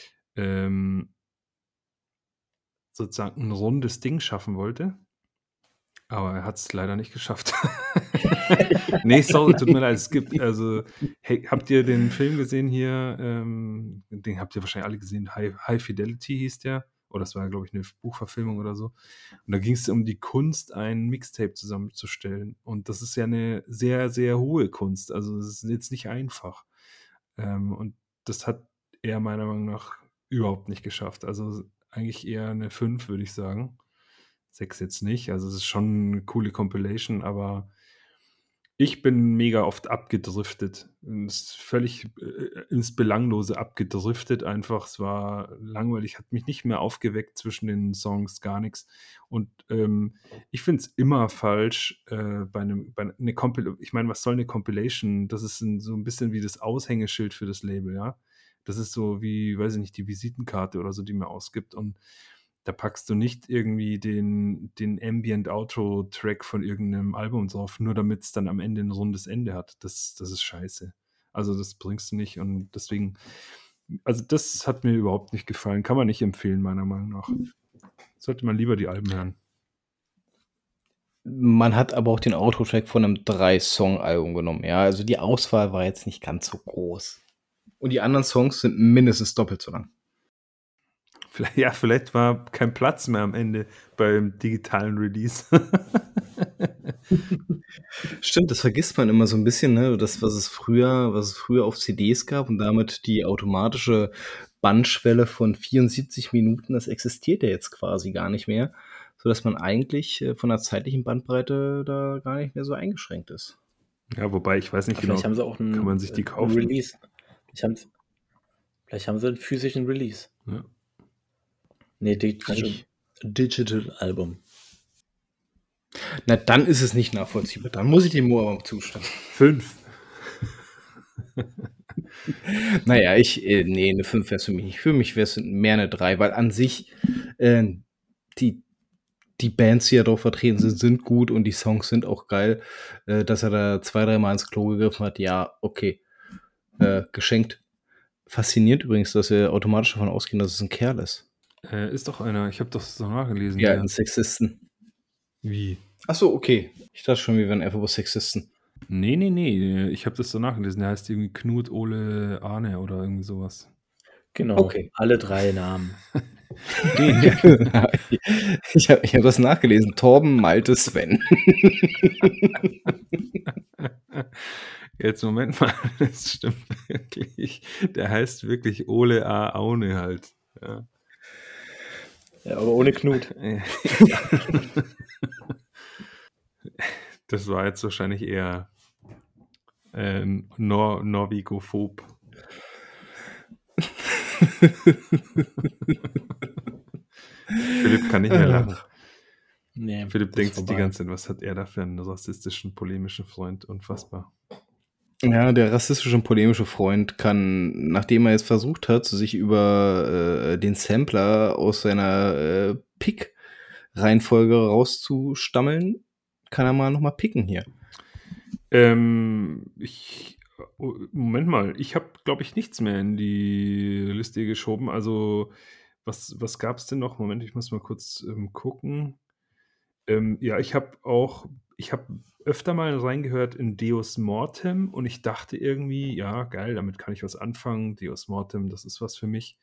sozusagen ein rundes Ding schaffen wollte. Aber er hat es leider nicht geschafft. Nee, sorry, tut mir leid. Hey, habt ihr den Film gesehen hier? Den habt ihr wahrscheinlich alle gesehen. High Fidelity hieß der. Oder das war, glaube ich, eine Buchverfilmung oder so. Und da ging es um die Kunst, ein Mixtape zusammenzustellen. Und das ist ja eine sehr, sehr hohe Kunst. Also es ist jetzt nicht einfach. Und das hat er meiner Meinung nach überhaupt nicht geschafft. Also eigentlich eher eine 5, würde ich sagen. 6 jetzt nicht. Also es ist schon eine coole Compilation, aber ich bin mega oft abgedriftet. Völlig ins Belanglose abgedriftet einfach. Es war langweilig, hat mich nicht mehr aufgeweckt zwischen den Songs, gar nichts. Und ich finde es immer falsch bei einer Compilation. Ich meine, was soll eine Compilation? Das ist so ein bisschen wie das Aushängeschild für das Label, ja. Das ist so wie, weiß ich nicht, die Visitenkarte oder so, die man ausgibt. Und da packst du nicht irgendwie den Ambient-Outro-Track von irgendeinem Album drauf, nur damit es dann am Ende ein rundes Ende hat. Das ist scheiße. Also das bringst du nicht und deswegen, also das hat mir überhaupt nicht gefallen. Kann man nicht empfehlen, meiner Meinung nach. Sollte man lieber die Alben hören. Man hat aber auch den Outro-Track von einem 3-Song-Album genommen, ja. Also die Auswahl war jetzt nicht ganz so groß. Und die anderen Songs sind mindestens doppelt so lang. Vielleicht war kein Platz mehr am Ende beim digitalen Release. Stimmt, das vergisst man immer so ein bisschen, ne? Das, was es früher auf CDs gab und damit die automatische Bandschwelle von 74 Minuten, das existiert ja jetzt quasi gar nicht mehr, sodass man eigentlich von der zeitlichen Bandbreite da gar nicht mehr so eingeschränkt ist. Ja, wobei ich weiß nicht genau, Vielleicht haben sie auch kann man sich die kaufen? Release. Vielleicht haben sie einen physischen Release. Ja. Nee, Digital Album. Na, dann ist es nicht nachvollziehbar. Dann muss ich dem Mo aber zustimmen. 5. Naja, nee, eine 5 wäre es für mich nicht. Für mich wäre es mehr eine 3, weil an sich die Bands, die ja darauf vertreten sind gut und die Songs sind auch geil. Dass er da 2-3 Mal ins Klo gegriffen hat, ja, okay. Geschenkt. Faszinierend übrigens, dass wir automatisch davon ausgehen, dass es ein Kerl ist. Ist doch einer. Ich habe das noch nachgelesen. Ja, ein Sexisten. Wie? Achso, okay. Ich dachte schon, wir wären einfach bloß Sexisten. Nee. Ich habe das so nachgelesen. Der heißt irgendwie Knut Ole Arne oder irgendwie sowas. Genau. Okay. Alle 3 Namen. Ich hab das nachgelesen. Torben, Malte, Sven. Jetzt Moment mal, das stimmt wirklich. Der heißt wirklich Ole A. Aune halt. Ja, aber ohne Knut. Das war jetzt wahrscheinlich eher Norwegophob. Philipp kann nicht mehr lachen. Nee, Philipp denkt sich die ganze Zeit, was hat er da für einen rassistischen, polemischen Freund? Unfassbar. Ja, der rassistische und polemische Freund kann, nachdem er jetzt versucht hat, sich über den Sampler aus seiner Pick-Reihenfolge rauszustammeln, kann er mal nochmal picken hier. Moment mal, ich habe, glaube ich, nichts mehr in die Liste geschoben. Also, was gab es denn noch? Moment, ich muss mal kurz gucken. Ja, ich ich habe öfter mal reingehört in Deus Mortem und ich dachte irgendwie, ja, geil, damit kann ich was anfangen. Deus Mortem, das ist was für mich.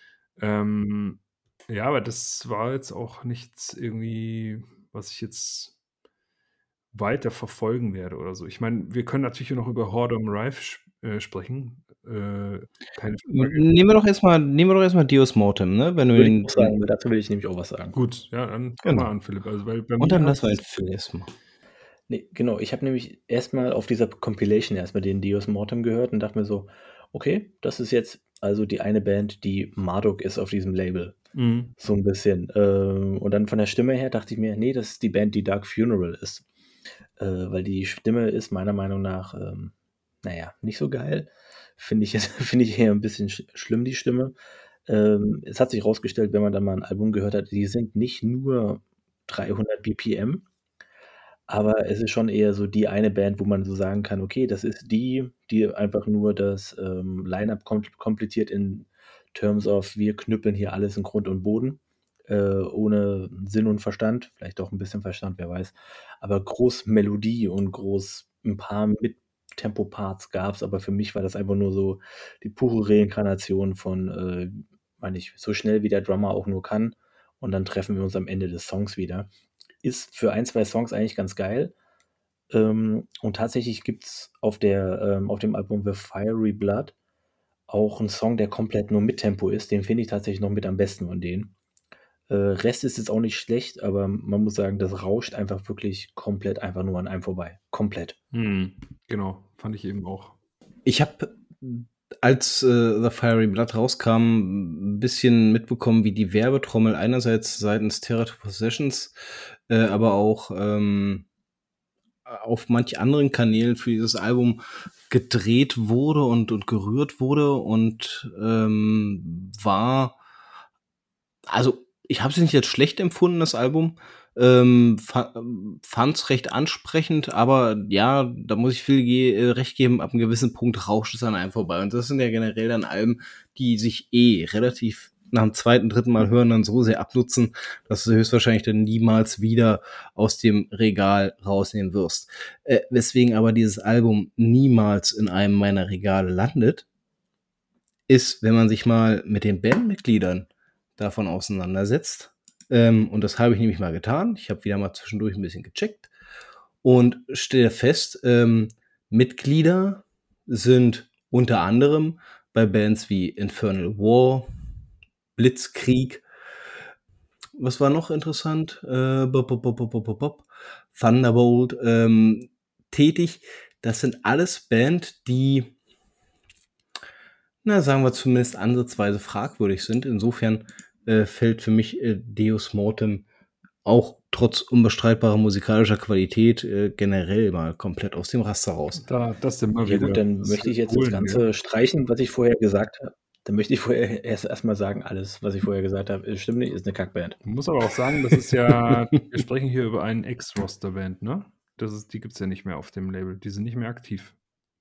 Ja, aber das war jetzt auch nichts irgendwie, was ich jetzt weiter verfolgen werde oder so. Ich meine, wir können natürlich noch über Hordom Rife sprechen. Keine Frage. Nehmen wir doch erstmal Deus Mortem, ne? Wenn du Würde ich auch sagen, den weil dazu will ich nämlich auch was sagen. Gut, ja, dann fang mal genau. an, Philipp. Also, weil bei Und mir dann hat lassen wir den es. Phil erstmal. Nee, genau. Ich habe nämlich erstmal auf dieser Compilation erstmal den Deus Mortem gehört und dachte mir so, okay, das ist jetzt also die eine Band, die Marduk ist auf diesem Label. Mhm. So ein bisschen. Und dann von der Stimme her dachte ich mir, nee, das ist die Band, die Dark Funeral ist. Weil die Stimme ist meiner Meinung nach, naja, nicht so geil. Finde ich, finde ich eher ein bisschen schlimm, die Stimme. Es hat sich herausgestellt, wenn man dann mal ein Album gehört hat, die sind nicht nur 300 BPM, aber es ist schon eher so die eine Band, wo man so sagen kann, okay, das ist die einfach nur das Line-up komplettiert in Terms of, wir knüppeln hier alles in Grund und Boden, ohne Sinn und Verstand, vielleicht auch ein bisschen Verstand, wer weiß, aber groß Melodie und groß ein paar Mit-Tempo-Parts gab es, aber für mich war das einfach nur so die pure Reinkarnation von, meine ich, so schnell wie der Drummer auch nur kann und dann treffen wir uns am Ende des Songs wieder. Ist für ein, zwei Songs eigentlich ganz geil. Und tatsächlich gibt es auf dem Album The Fiery Blood auch einen Song, der komplett nur mit Tempo ist. Den finde ich tatsächlich noch mit am besten von denen. Rest ist jetzt auch nicht schlecht, aber man muss sagen, das rauscht einfach wirklich komplett einfach nur an einem vorbei. Komplett. Genau, fand ich eben auch. Ich habe, als The Fiery Blood rauskam, ein bisschen mitbekommen, wie die Werbetrommel einerseits seitens Terra to Possessions, aber auch auf manch anderen Kanälen für dieses Album gedreht wurde und gerührt wurde und war, also ich habe es nicht als schlecht empfunden, das Album. Fand's recht ansprechend, aber ja, da muss ich viel recht geben, ab einem gewissen Punkt rauscht es an einem vorbei. Und das sind ja generell dann Alben, die sich relativ nach dem zweiten, dritten Mal hören dann so sehr abnutzen, dass du höchstwahrscheinlich dann niemals wieder aus dem Regal rausnehmen wirst. Weswegen aber dieses Album niemals in einem meiner Regale landet, ist, wenn man sich mal mit den Bandmitgliedern davon auseinandersetzt. Und das habe ich nämlich mal getan. Ich habe wieder mal zwischendurch ein bisschen gecheckt und stelle fest, Mitglieder sind unter anderem bei Bands wie Infernal War, Blitzkrieg, was war noch interessant? Thunderbolt tätig. Das sind alles Band, die, na, sagen wir zumindest ansatzweise fragwürdig sind. Insofern fällt für mich Deus Mortem auch trotz unbestreitbarer musikalischer Qualität generell mal komplett aus dem Raster raus. Das sind mal Ja gut, wieder dann möchte ich jetzt das Ganze streichen, was ich vorher gesagt habe. Dann möchte ich vorher erstmal sagen, alles, was ich vorher gesagt habe, stimmt nicht, ist eine Kackband. Man muss aber auch sagen, das ist ja, wir sprechen hier über einen Ex-Roster-Band, ne? Die gibt es ja nicht mehr auf dem Label. Die sind nicht mehr aktiv.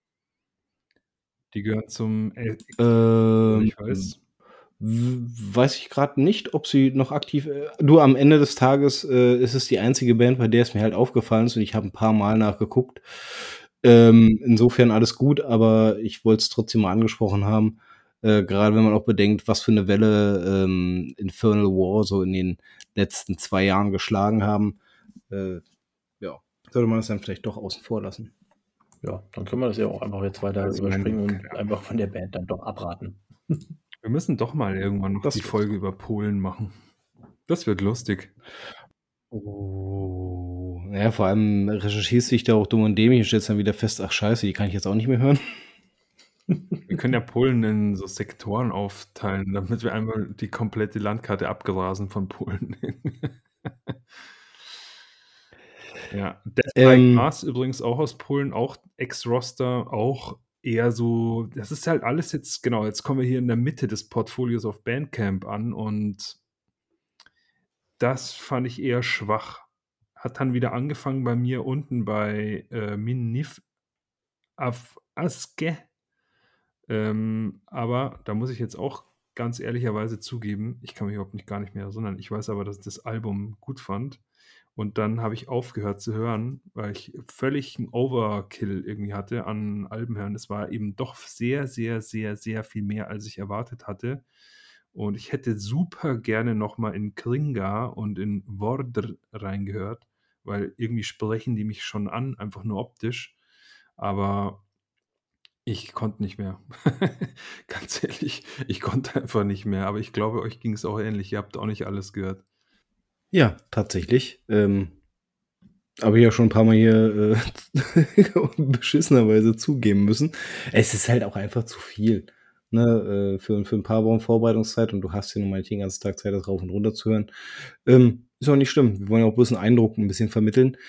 Die gehören zum ich weiß. Weiß ich gerade nicht, ob sie noch aktiv. Du, am Ende des Tages ist es die einzige Band, bei der es mir halt aufgefallen ist und ich habe ein paar Mal nachgeguckt. Insofern alles gut, aber ich wollte es trotzdem mal angesprochen haben. Gerade wenn man auch bedenkt, was für eine Welle Infernal War so in den letzten 2 Jahren geschlagen haben. Ja, sollte man es dann vielleicht doch außen vor lassen. Ja, dann können wir das ja auch einfach jetzt weiter Also, überspringen und ja. einfach von der Band dann doch abraten. Wir müssen doch mal irgendwann noch Das die wird's. Folge über Polen machen. Das wird lustig. Oh, ja, vor allem recherchierst du dich da auch dumm und dämlich und stellst dann wieder fest, ach scheiße, die kann ich jetzt auch nicht mehr hören. Wir können ja Polen in so Sektoren aufteilen, damit wir einmal die komplette Landkarte abgrasen von Polen. Ja, Death by Glass übrigens auch aus Polen, auch Ex-Roster, auch eher so, das ist halt alles jetzt, genau, jetzt kommen wir hier in der Mitte des Portfolios auf Bandcamp an und das fand ich eher schwach. Hat dann wieder angefangen bei mir unten bei Minif auf Aske. Aber da muss ich jetzt auch ganz ehrlicherweise zugeben, ich kann mich überhaupt gar nicht mehr erinnern. Ich weiß aber, dass ich das Album gut fand. Und dann habe ich aufgehört zu hören, weil ich völlig 'n Overkill irgendwie hatte an Alben hören. Es war eben doch sehr, sehr, sehr, sehr viel mehr, als ich erwartet hatte. Und ich hätte super gerne noch mal in Kringa und in Vordr reingehört, weil irgendwie sprechen die mich schon an, einfach nur optisch. Aber ich konnte nicht mehr. Ganz ehrlich, ich konnte einfach nicht mehr. Aber ich glaube, euch ging's auch ähnlich. Ihr habt auch nicht alles gehört. Ja, tatsächlich. Habe ich ja schon ein paar Mal hier beschissenerweise zugeben müssen. Es ist halt auch einfach zu viel, ne, für ein paar Wochen Vorbereitungszeit und du hast hier nun mal nicht den ganzen Tag Zeit, das rauf und runter zu hören. Ist auch nicht schlimm. Wir wollen ja auch bloß 'n Eindruck ein bisschen vermitteln.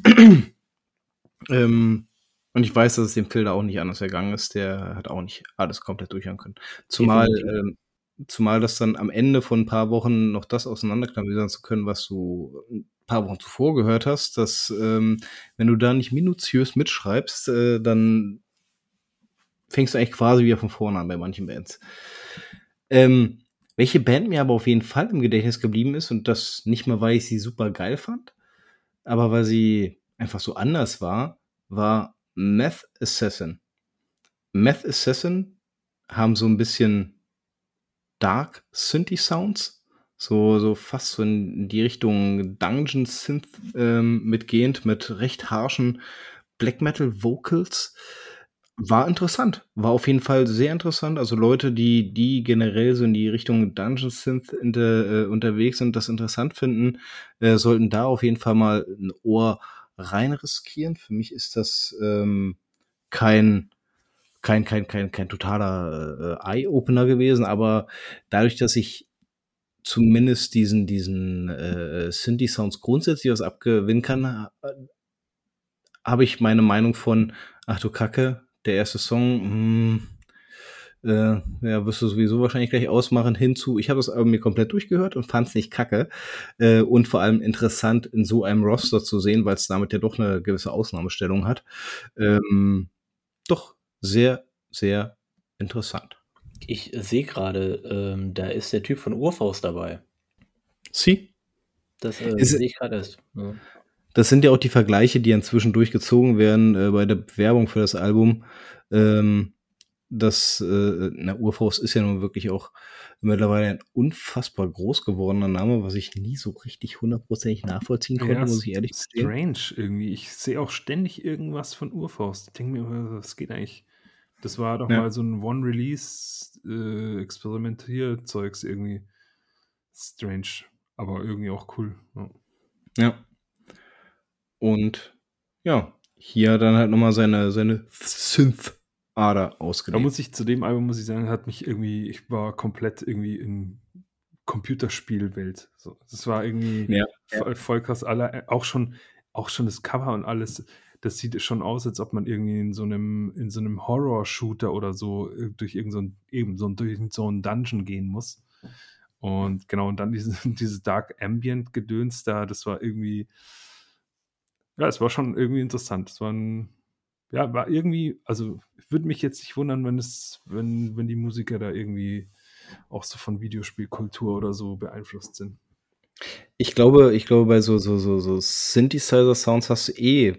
Und ich weiß, dass es dem Phil da auch nicht anders ergangen ist. Der hat auch nicht alles komplett durchhören können. Zumal Definitiv. zumal das dann am Ende von 'n paar Wochen noch das auseinanderklamüsern zu können, was du 'n paar Wochen zuvor gehört hast, dass, wenn du da nicht minutiös mitschreibst, dann fängst du eigentlich quasi wieder von vorne an bei manchen Bands. Welche Band mir aber auf jeden Fall im Gedächtnis geblieben ist und das nicht mal, weil ich sie super geil fand, aber weil sie einfach so anders war Meth Assassin. Meth Assassin haben so 'n bisschen Dark Synthy Sounds, so fast so in die Richtung Dungeon Synth, mitgehend mit recht harschen Black Metal Vocals. War interessant. War auf jeden Fall sehr interessant. Also, Leute, die generell so in die Richtung Dungeon Synth unterwegs sind, das interessant finden, sollten da auf jeden Fall mal 'n Ohr rein riskieren. Für mich ist das, kein kein totaler, Eye-Opener gewesen, aber dadurch, dass ich zumindest diesen Synthi-Sounds grundsätzlich was abgewinnen kann, habe ich meine Meinung von: „Ach du Kacke, der erste Song, ja, wirst du sowieso wahrscheinlich gleich ausmachen“, hinzu, ich habe das Album mir komplett durchgehört und fand's nicht kacke, und vor allem interessant in so einem Roster zu sehen, weil's damit ja doch 'ne gewisse Ausnahmestellung hat. Doch sehr, sehr interessant. Ich sehe gerade, da ist der Typ von Urfaust dabei. Sie? Das, Ist sehe ich gerade erst. Ja. Das sind ja auch die Vergleiche, die inzwischen durchgezogen werden, bei der Werbung für das Album. Urfaust ist ja nun wirklich auch mittlerweile ein unfassbar groß gewordener Name, was ich nie so richtig hundertprozentig nachvollziehen Ja, konnte, muss ich ehrlich gestehen. strange irgendwie. Ich sehe auch ständig irgendwas von Urfaust. Ich denke mir, was geht eigentlich? Das war doch Ja. mal so 'n One-Release, Experimentierzeugs irgendwie. Strange, aber irgendwie auch cool, ja. Ja. Und ja, hier dann halt noch mal seine Synth-Ader Da ausgelebt. muss ich zu dem Album muss ich sagen, hat mich irgendwie ich war komplett irgendwie in Computerspielwelt. So, das war irgendwie Ja, ja. voll krass. Auch schon das Cover und alles, das sieht schon aus, als ob man irgendwie in so 'nem Horror-Shooter oder so, durch durch so 'n Dungeon gehen muss. Und genau, und dann dieses Dark Ambient Gedöns da, das war irgendwie ja, es war schon irgendwie interessant. War irgendwie also, würde mich jetzt nicht wundern, wenn die Musiker da irgendwie auch so von Videospielkultur oder so beeinflusst sind. Ich glaube, bei so Synthesizer-Sounds hast du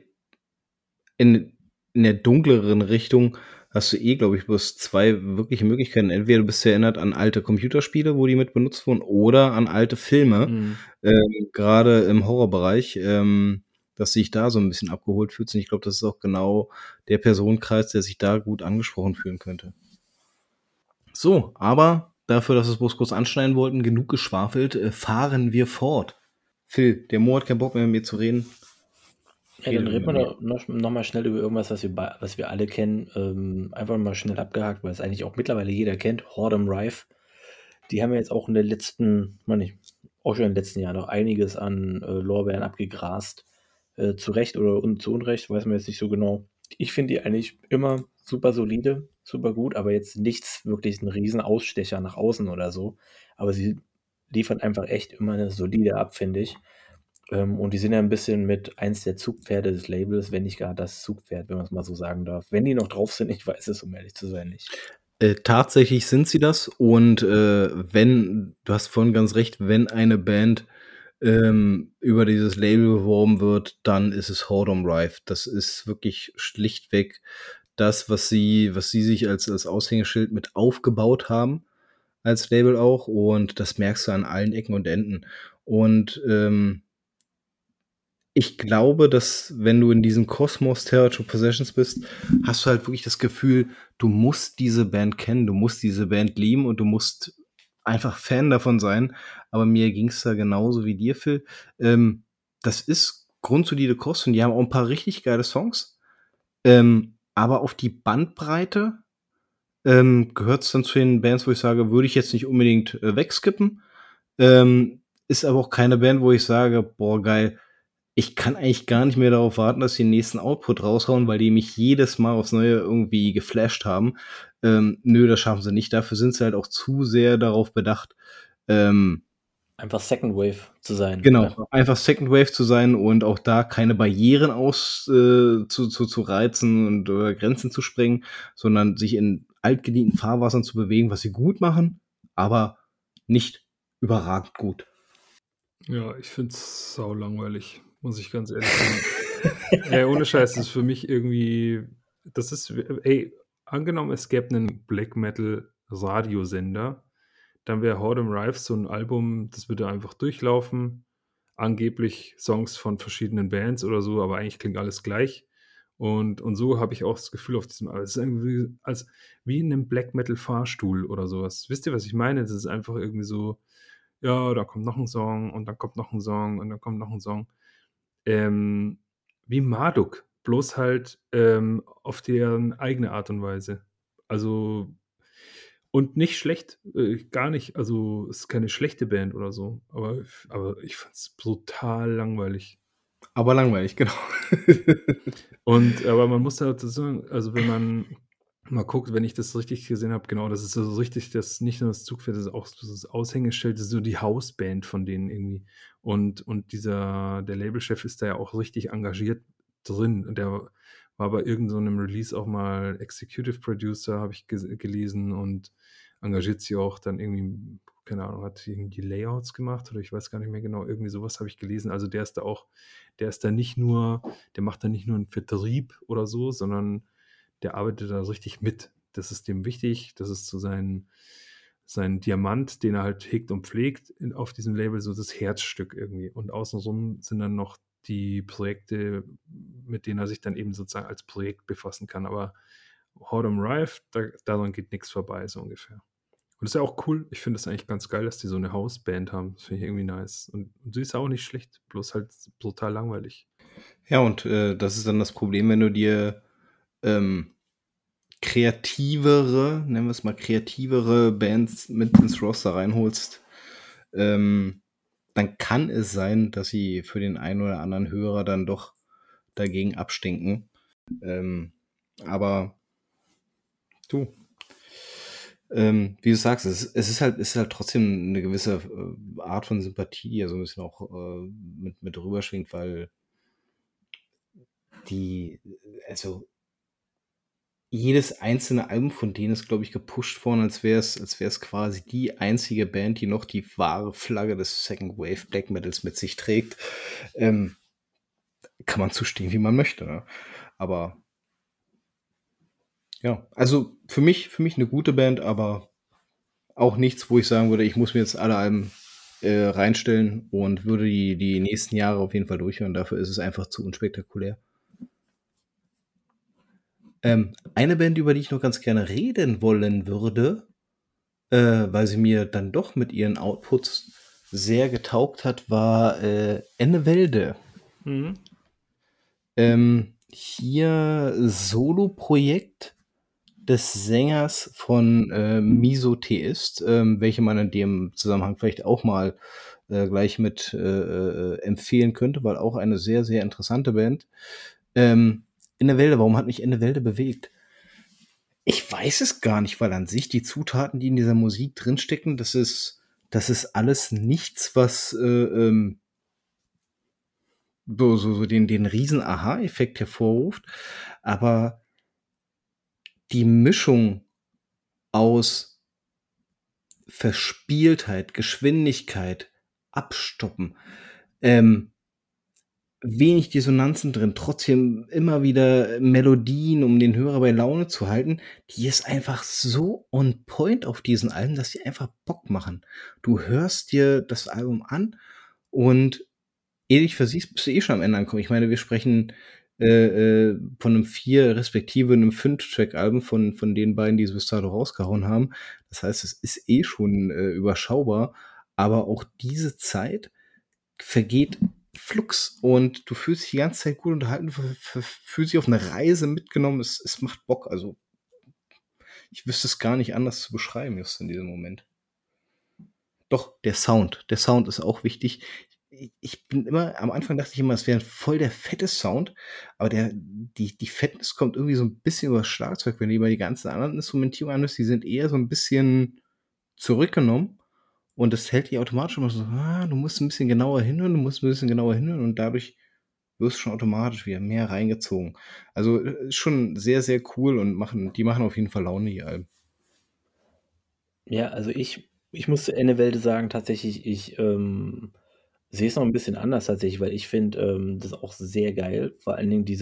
in der dunkleren Richtung hast du glaube ich, bloß 2 wirkliche Möglichkeiten. Entweder du bist erinnert an alte Computerspiele, wo die mit benutzt wurden, oder an alte Filme, Mhm. grade im Horrorbereich, dass du dich da so 'n bisschen abgeholt fühlst. Und ich glaube, das ist auch genau der Personenkreis, der sich da gut angesprochen fühlen könnte. So, aber dafür, dass wir's bloß kurz anschneiden wollten, genug geschwafelt, fahren wir fort. Phil, der Mo hat keinen Bock mehr mit mir zu reden. Ja, dann Rede reden mit wir mir. noch mal schnell über irgendwas, was wir alle kennen. Einfach mal schnell abgehakt, weil es eigentlich auch mittlerweile jeder kennt. Hordem Rife. Die haben ja jetzt auch in den letzten, auch schon in den letzten Jahren noch einiges an Lorbeeren abgegrast. Zu Recht oder zu Unrecht, weiß man jetzt nicht so genau. Ich finde die eigentlich immer super solide, super gut, aber jetzt nichts wirklich ein Riesenausstecher nach außen oder so. Aber sie liefern einfach echt immer eine solide ab, finde ich. Und die sind ja ein bisschen mit eins der Zugpferde des Labels, wenn nicht gar das Zugpferd, wenn man es mal so sagen darf. Wenn die noch drauf sind, ich weiß es, um ehrlich zu sein, nicht. Tatsächlich sind sie das und wenn du hast vorhin ganz recht, wenn eine Band, über dieses Label beworben wird, dann ist es Hordom Rife. Das ist wirklich schlichtweg das, was sie sich als Aushängeschild mit aufgebaut haben, als Label auch. Und das merkst du an allen Ecken und Enden. Und ich glaube, dass wenn du in diesem Kosmos Territorial Possessions bist, hast du halt wirklich das Gefühl, du musst diese Band kennen, du musst diese Band lieben und du musst einfach Fan davon sein. Aber mir ging es da genauso wie dir, Phil. Das ist grundsolide Kost und die haben auch ein paar richtig geile Songs. Aber auf die Bandbreite gehört es dann zu den Bands, wo ich sage, würde ich jetzt nicht unbedingt wegskippen. Ist aber auch keine Band, wo ich sage, boah, geil, ich kann eigentlich gar nicht mehr darauf warten, dass sie den nächsten Output raushauen, weil die mich jedes Mal aufs Neue irgendwie geflasht haben. Nö, das schaffen sie nicht. Dafür sind sie halt auch zu sehr darauf bedacht, Einfach Second Wave zu sein. genau, einfach Second Wave zu sein und auch da keine Barrieren zu reizen und Grenzen zu sprengen, sondern sich in altgedienten Fahrwassern zu bewegen, was sie gut machen, aber nicht überragend gut. Ja, ich finde es sau langweilig, muss ich ganz ehrlich sagen. Ohne Scheiß, das ist für mich irgendwie, das ist, angenommen, es gäbe einen Black Metal Radiosender, dann wäre Hordem Rife so ein Album, das würde einfach durchlaufen, angeblich Songs von verschiedenen Bands oder so, aber eigentlich klingt alles gleich. Und so habe ich auch das Gefühl auf diesem, aber es ist irgendwie wie in einem Black Metal Fahrstuhl oder sowas. Wisst ihr, was ich meine? Das ist einfach irgendwie so, ja, da kommt noch ein Song und dann kommt noch ein Song und dann kommt noch ein Song. Wie Marduk, bloß halt auf deren eigene Art und Weise. Also, und nicht schlecht, gar nicht. Also, es ist keine schlechte Band oder so, aber ich fand es brutal langweilig. Aber langweilig, genau. Aber man muss dazu sagen, also wenn man mal guckt, wenn ich das richtig gesehen habe, genau, das ist so richtig, das nicht nur das Zugpferd, das ist auch das Aushängeschild, das ist so die Hausband von denen irgendwie. Und der Labelchef ist da ja auch richtig engagiert drin. Und der war bei irgendeinem Release auch mal Executive Producer, habe ich gelesen, und engagiert sich auch dann irgendwie, keine Ahnung, hat irgendwie Layouts gemacht oder ich weiß gar nicht mehr genau, irgendwie sowas habe ich gelesen. Also der ist da nicht nur, der macht da nicht nur einen Vertrieb oder so, sondern der arbeitet da richtig mit. Das ist dem wichtig. Das ist so sein Diamant, den er halt hegt und pflegt auf diesem Label, so das Herzstück irgendwie. Und außenrum sind dann noch die Projekte, mit denen er sich dann eben sozusagen als Projekt befassen kann. Aber Hordem Rife, daran geht nichts vorbei, so ungefähr. Und das ist ja auch cool. Ich finde es eigentlich ganz geil, dass die so eine Hausband haben. Das finde ich irgendwie nice. Und sie ist auch nicht schlecht, bloß halt brutal langweilig. Ja, und das ist dann das Problem, wenn du dir kreativere, nennen wir es mal kreativere Bands mit ins Roster reinholst, dann kann es sein, dass sie für den einen oder anderen Hörer dann doch dagegen abstinken. Aber du, wie du sagst, es ist halt trotzdem eine gewisse Art von Sympathie, die ja so ein bisschen auch mit rüberschwingt, weil also jedes einzelne Album von denen ist, glaube ich, gepusht worden, als wäre es quasi die einzige Band, die noch die wahre Flagge des Second Wave Black Metals mit sich trägt. Kann man zustehen, wie man möchte. Ne? Aber ja, also für mich eine gute Band, aber auch nichts, wo ich sagen würde, ich muss mir jetzt alle Alben reinstellen und würde die nächsten Jahre auf jeden Fall durchhören. Dafür ist es einfach zu unspektakulär. Eine Band, über die ich noch ganz gerne reden wollen würde, weil sie mir dann doch mit ihren Outputs sehr getaugt hat, war Ennewelde. Mhm. Hier Solo-Projekt des Sängers von Misotheist, welche man in dem Zusammenhang vielleicht auch mal gleich mit empfehlen könnte, weil auch eine sehr, sehr interessante Band. Ennewelde, warum hat mich Ennewelde bewegt? Ich weiß es gar nicht, weil an sich die Zutaten, die in dieser Musik drinstecken, das ist alles nichts, was so den riesen Aha-Effekt hervorruft. Aber die Mischung aus Verspieltheit, Geschwindigkeit, Abstoppen, Ähm, wenig Dissonanzen drin, trotzdem immer wieder Melodien, um den Hörer bei Laune zu halten. Die ist einfach so on point auf diesen Alben, dass die einfach Bock machen. Du hörst dir das Album an und ehe dich versiehst, bist du eh schon am Ende angekommen. Ich meine, wir sprechen von einem 4 respektive einem 5-Track-Album von den beiden, die sie bis dato rausgehauen haben. Das heißt, es ist eh schon überschaubar, aber auch diese Zeit vergeht flugs und du fühlst dich die ganze Zeit gut unterhalten, fühlst dich auf eine Reise mitgenommen. Es macht Bock. Also, ich wüsste es gar nicht anders zu beschreiben, just in diesem Moment. Doch, der Sound. Der Sound ist auch wichtig. Ich bin immer, am Anfang dachte ich immer, es wäre voll der fette Sound, aber die Fettness kommt irgendwie so ein bisschen über das Schlagzeug, wenn du dir mal die ganzen anderen Instrumentierungen anhörst, die sind eher so ein bisschen zurückgenommen und das hält dich automatisch immer so, du musst ein bisschen genauer hinhören, du musst ein bisschen genauer hinhören und dadurch wirst du schon automatisch wieder mehr reingezogen. Also ist schon sehr, sehr cool und die machen auf jeden Fall Laune, die Alben. Ja, also ich muss zu Ennewelde sagen, tatsächlich, ich sehe es noch ein bisschen anders tatsächlich, weil ich finde das auch sehr geil. Vor allen Dingen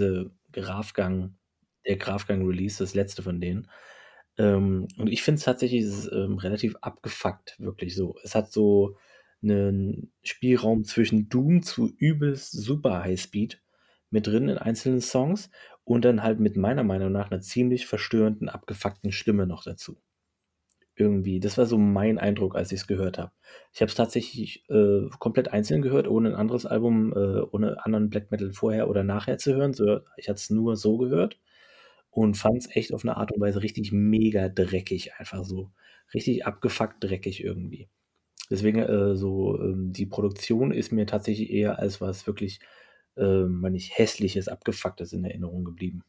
der Grafgang-Release, das letzte von denen. Und ich finde es tatsächlich relativ abgefuckt, wirklich so. Es hat so einen Spielraum zwischen Doom zu übelst super Highspeed mit drin in einzelnen Songs und dann halt mit meiner Meinung nach einer ziemlich verstörenden, abgefuckten Stimme noch dazu. Irgendwie. Das war so mein Eindruck, als ich es gehört habe. Ich habe es tatsächlich komplett einzeln gehört, ohne ein anderes Album, ohne anderen Black Metal vorher oder nachher zu hören. So, ich hatte es nur so gehört und fand es echt auf eine Art und Weise richtig mega dreckig, einfach so. Richtig abgefuckt dreckig irgendwie. Deswegen die Produktion ist mir tatsächlich eher als was wirklich, meine ich, hässliches, abgefucktes in Erinnerung geblieben.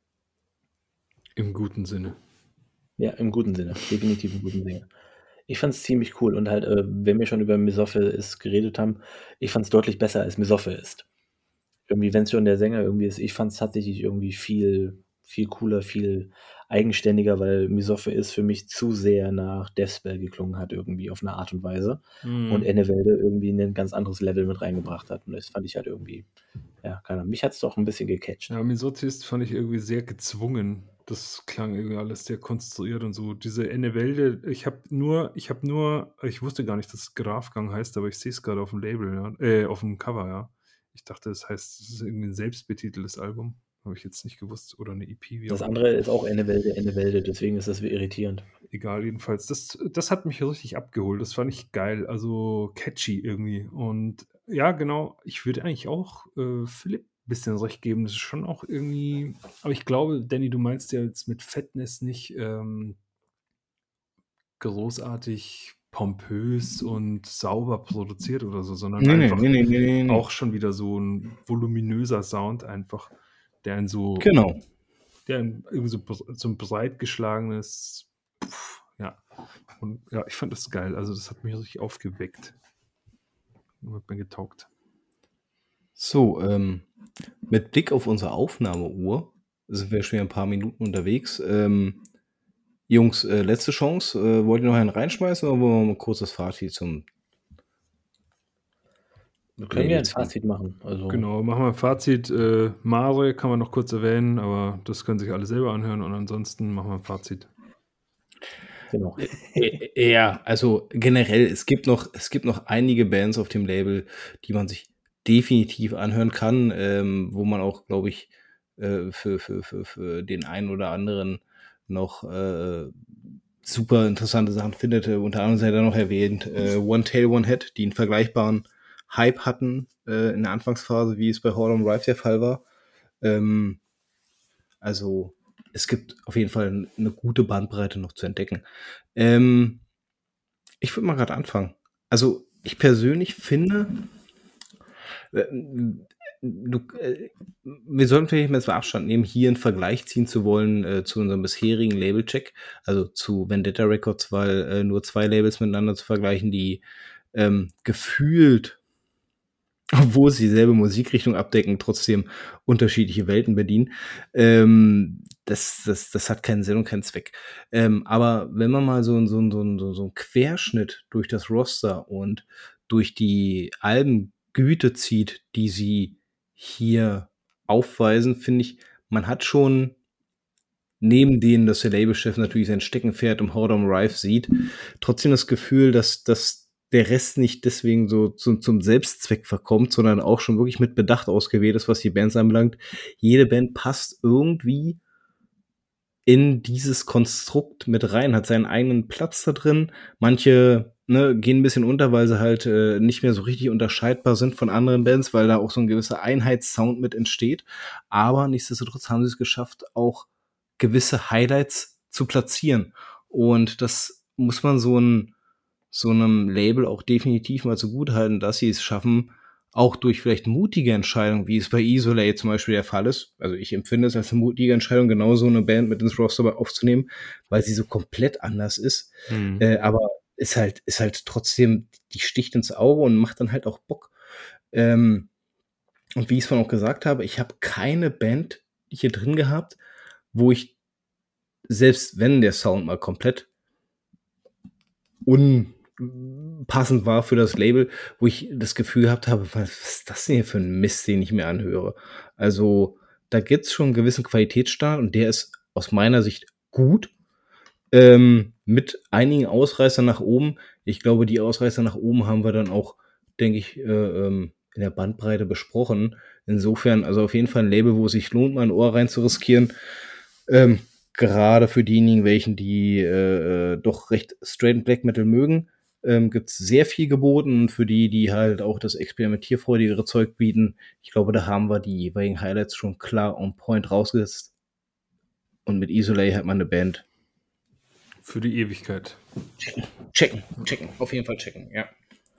Im guten Sinne. Ja, im guten Sinne, definitiv im guten Sinne. Ich fand es ziemlich cool und halt, wenn wir schon über Misophe geredet haben, ich fand es deutlich besser als Misophe ist. Irgendwie, wenn es schon der Sänger irgendwie ist, ich fand es tatsächlich irgendwie viel, viel cooler, viel eigenständiger, weil Misophe ist für mich zu sehr nach Deathspell geklungen hat, irgendwie auf eine Art und Weise. Und Ennewelde irgendwie ein ganz anderes Level mit reingebracht hat. Und das fand ich halt irgendwie, ja, keine Ahnung, mich hat es doch ein bisschen gecatcht. Ja, Misotist fand ich irgendwie sehr gezwungen. Das klang irgendwie alles sehr konstruiert und so. Diese Ennewelde, ich wusste gar nicht, dass es Grafgang heißt, aber ich sehe es gerade auf dem Label, ja. Auf dem Cover, ja. Ich dachte, das heißt, es ist irgendwie ein selbstbetiteltes Album. Habe ich jetzt nicht gewusst. Oder eine EP, wie Das auch andere ist auch Ennewelde, deswegen ist das irritierend. egal, jedenfalls. Das hat mich richtig abgeholt. Das fand ich geil. Also catchy irgendwie. Und ja, genau. Ich würde eigentlich auch Philipp ein bisschen recht geben. Das ist schon auch irgendwie. Aber ich glaube, Danny, du meinst ja jetzt mit Fatness nicht großartig pompös und sauber produziert oder so, sondern einfach Nee. auch schon wieder so ein voluminöser Sound einfach, der einen so. Genau. Der irgendwie so ein breit geschlagenes, ja. Und ja, ich fand das geil. Also das hat mich richtig aufgeweckt. Hat mir getaugt. So, mit Blick auf unsere Aufnahmeuhr sind wir schon ein paar Minuten unterwegs. Jungs, letzte Chance. Wollt ihr noch einen reinschmeißen oder wollen wir mal kurz das Fazit zum Wir können ja ein ziehen? Fazit machen. Also, Genau, machen wir ein Fazit. Mare kann man noch kurz erwähnen, aber das können sich alle selber anhören und ansonsten machen wir ein Fazit. genau. Ja, also generell, es gibt noch einige Bands auf dem Label, die man sich definitiv anhören kann, wo man auch, glaube ich, für den einen oder anderen noch super interessante Sachen findet. Unter anderem sei da noch erwähnt One Tail, One Head, die einen vergleichbaren Hype hatten in der Anfangsphase, wie es bei Hall on Rife der Fall war. Also es gibt auf jeden Fall eine gute Bandbreite noch zu entdecken. Ich würde mal gerade anfangen. Also ich persönlich finde, wir sollten vielleicht mal Abstand nehmen, hier einen Vergleich ziehen zu wollen zu unserem bisherigen Labelcheck, also zu Vendetta Records, weil nur 2 Labels miteinander zu vergleichen, die gefühlt, obwohl sie dieselbe Musikrichtung abdecken, trotzdem unterschiedliche Welten bedienen. Das hat keinen Sinn und keinen Zweck. Aber wenn man mal so einen Querschnitt durch das Roster und durch die Alben Güte zieht, die sie hier aufweisen, finde ich, man hat schon neben denen, dass der Labelchef natürlich sein Steckenpferd im Howdom Rife sieht, trotzdem das Gefühl, dass der Rest nicht deswegen so zum Selbstzweck verkommt, sondern auch schon wirklich mit Bedacht ausgewählt ist, was die Bands anbelangt. Jede Band passt irgendwie in dieses Konstrukt mit rein, hat seinen eigenen Platz da drin. Manche gehen ein bisschen unter, weil sie halt nicht mehr so richtig unterscheidbar sind von anderen Bands, weil da auch so ein gewisser Einheitssound mit entsteht. Aber nichtsdestotrotz haben sie es geschafft, auch gewisse Highlights zu platzieren. Und das muss man so einem Label auch definitiv mal zugutehalten, dass sie es schaffen, auch durch vielleicht mutige Entscheidungen, wie es bei Isolate zum Beispiel der Fall ist. Also ich empfinde es als eine mutige Entscheidung, genau so eine Band mit ins Roster aufzunehmen, weil sie so komplett anders ist. Aber ist halt trotzdem, die sticht ins Auge und macht dann halt auch Bock. Und wie ich es vorhin auch gesagt habe, ich habe keine Band hier drin gehabt, wo ich, selbst wenn der Sound mal komplett unpassend war für das Label, wo ich das Gefühl gehabt habe, was ist das denn hier für ein Mist, den ich mir anhöre? Also da gibt's schon einen gewissen Qualitätsstandard und der ist aus meiner Sicht gut, mit einigen Ausreißern nach oben. Ich glaube, die Ausreißer nach oben haben wir dann auch, denke ich, in der Bandbreite besprochen. Insofern, also auf jeden Fall ein Label, wo es sich lohnt, mal ein Ohr rein zu riskieren. Gerade für diejenigen, welchen die doch recht straight Black Metal mögen, gibt es sehr viel geboten. Und für die halt auch das experimentierfreudigere Zeug bieten, ich glaube, da haben wir die jeweiligen Highlights schon klar on point rausgesetzt. Und mit Isolate hat man eine Band. Für die Ewigkeit. Checken. Auf jeden Fall checken, ja.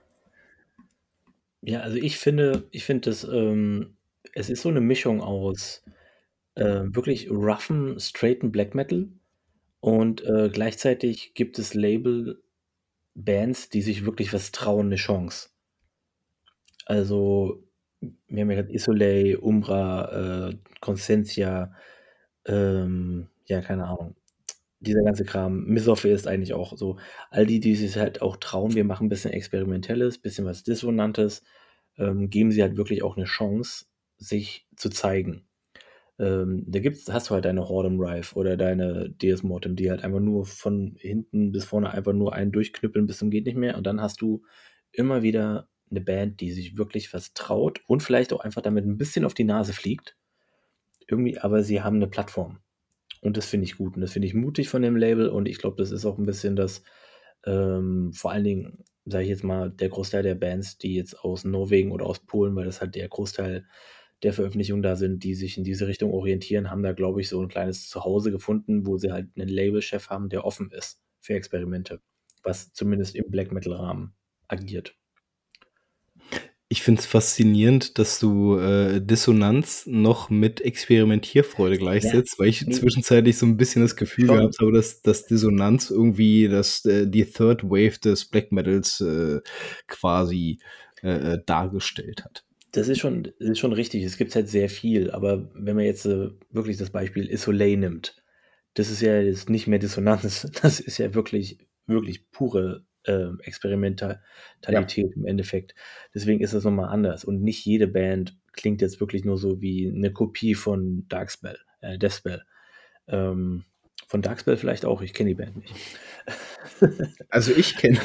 Ja, also ich finde, es ist so eine Mischung aus wirklich roughen, straighten Black Metal und gleichzeitig gibt es Label-Bands, die sich wirklich was trauen, eine Chance. Also, wir haben ja gerade Isolate, Umbra, Consentia, ja, keine Ahnung. Dieser ganze Kram. Misophe ist eigentlich auch so. All die sich halt auch trauen, wir machen ein bisschen Experimentelles, bisschen was Dissonantes, geben sie halt wirklich auch eine Chance, sich zu zeigen. Hast du halt deine Hordem Rife oder deine DS Mortem, die halt einfach nur von hinten bis vorne einfach nur einen durchknüppeln bis zum geht nicht mehr. Und dann hast du immer wieder eine Band, die sich wirklich was traut und vielleicht auch einfach damit ein bisschen auf die Nase fliegt. Irgendwie, aber sie haben eine Plattform. Und das finde ich gut. Und das finde ich mutig von dem Label. Und ich glaube, das ist auch ein bisschen das, vor allen Dingen, sage ich jetzt mal, der Großteil der Bands, die jetzt aus Norwegen oder aus Polen, weil das halt der Großteil der Veröffentlichungen da sind, die sich in diese Richtung orientieren, haben da, glaube ich, so ein kleines Zuhause gefunden, wo sie halt einen Labelchef haben, der offen ist für Experimente, was zumindest im Black Metal-Rahmen agiert. Ich finde es faszinierend, dass du Dissonanz noch mit Experimentierfreude gleichsetzt, weil ich zwischenzeitlich so ein bisschen das Gefühl gehabt habe, dass Dissonanz irgendwie die Third Wave des Black Metals quasi dargestellt hat. Das ist schon richtig. Es gibt halt sehr viel, aber wenn man jetzt wirklich das Beispiel Isolate nimmt, das ist ja jetzt nicht mehr Dissonanz, das ist ja wirklich, wirklich pure Experimentalität im Endeffekt. Deswegen ist das nochmal anders. Und nicht jede Band klingt jetzt wirklich nur so wie eine Kopie von Deathspell. Von Darkspell vielleicht auch, ich kenne die Band nicht. Also ich kenne.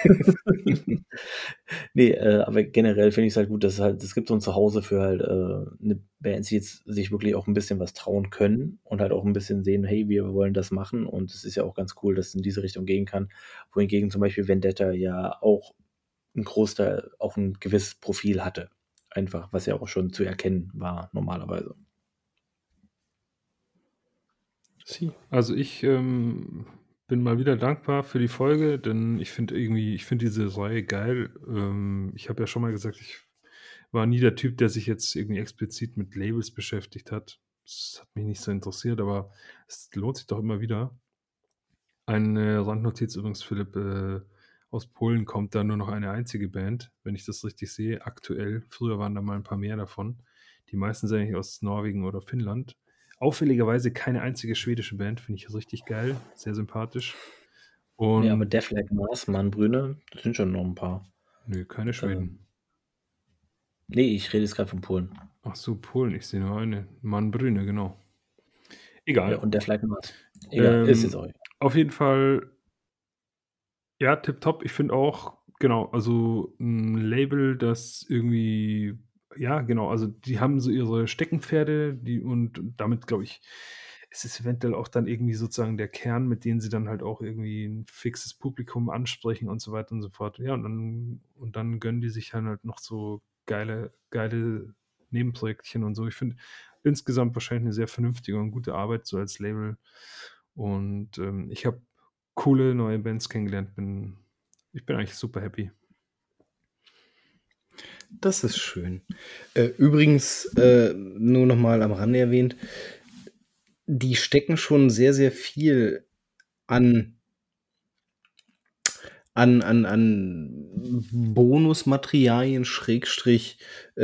Nee, aber generell finde ich es halt gut, dass es gibt so ein Zuhause für halt eine Band, die jetzt sich wirklich auch ein bisschen was trauen können und halt auch ein bisschen sehen, hey, wir wollen das machen und es ist ja auch ganz cool, dass es in diese Richtung gehen kann. Wohingegen zum Beispiel Vendetta ja auch ein Großteil, auch ein gewisses Profil hatte. Einfach, was ja auch schon zu erkennen war normalerweise. Also ich bin mal wieder dankbar für die Folge, denn ich finde diese Reihe geil. Ich habe ja schon mal gesagt, ich war nie der Typ, der sich jetzt irgendwie explizit mit Labels beschäftigt hat. Das hat mich nicht so interessiert, aber es lohnt sich doch immer wieder. Eine Randnotiz übrigens, Philipp, aus Polen kommt da nur noch eine einzige Band, wenn ich das richtig sehe, aktuell. Früher waren da mal ein paar mehr davon. Die meisten sind eigentlich aus Norwegen oder Finnland. Auffälligerweise keine einzige schwedische Band, finde ich richtig geil, sehr sympathisch. Und Ja, aber Death Like Mars, Mann, Brüne, das sind schon noch ein paar. nö, keine Schweden. Nee, ich rede jetzt gerade von Polen. Ach so, Polen, ich sehe nur eine. Mann Brüne, genau. Ja, Egal. und der Flight Mars. Egal, ist jetzt auch egal. Auf jeden Fall, ja, tipptopp. Ich finde auch, genau, also ein Label, das irgendwie, ja, genau, also die haben so ihre Steckenpferde, und damit, glaube ich, ist es eventuell auch dann irgendwie sozusagen der Kern, mit dem sie dann halt auch irgendwie ein fixes Publikum ansprechen und so weiter und so fort. Ja, und dann gönnen die sich dann halt noch so geile Nebenprojektchen und so. Ich finde insgesamt wahrscheinlich eine sehr vernünftige und gute Arbeit so als Label. Und, ich habe coole neue Bands kennengelernt. Ich bin eigentlich super happy. Das ist schön. Übrigens, nur noch mal am Rande erwähnt, die stecken schon sehr, sehr viel an Bonusmaterialien, Schrägstrich,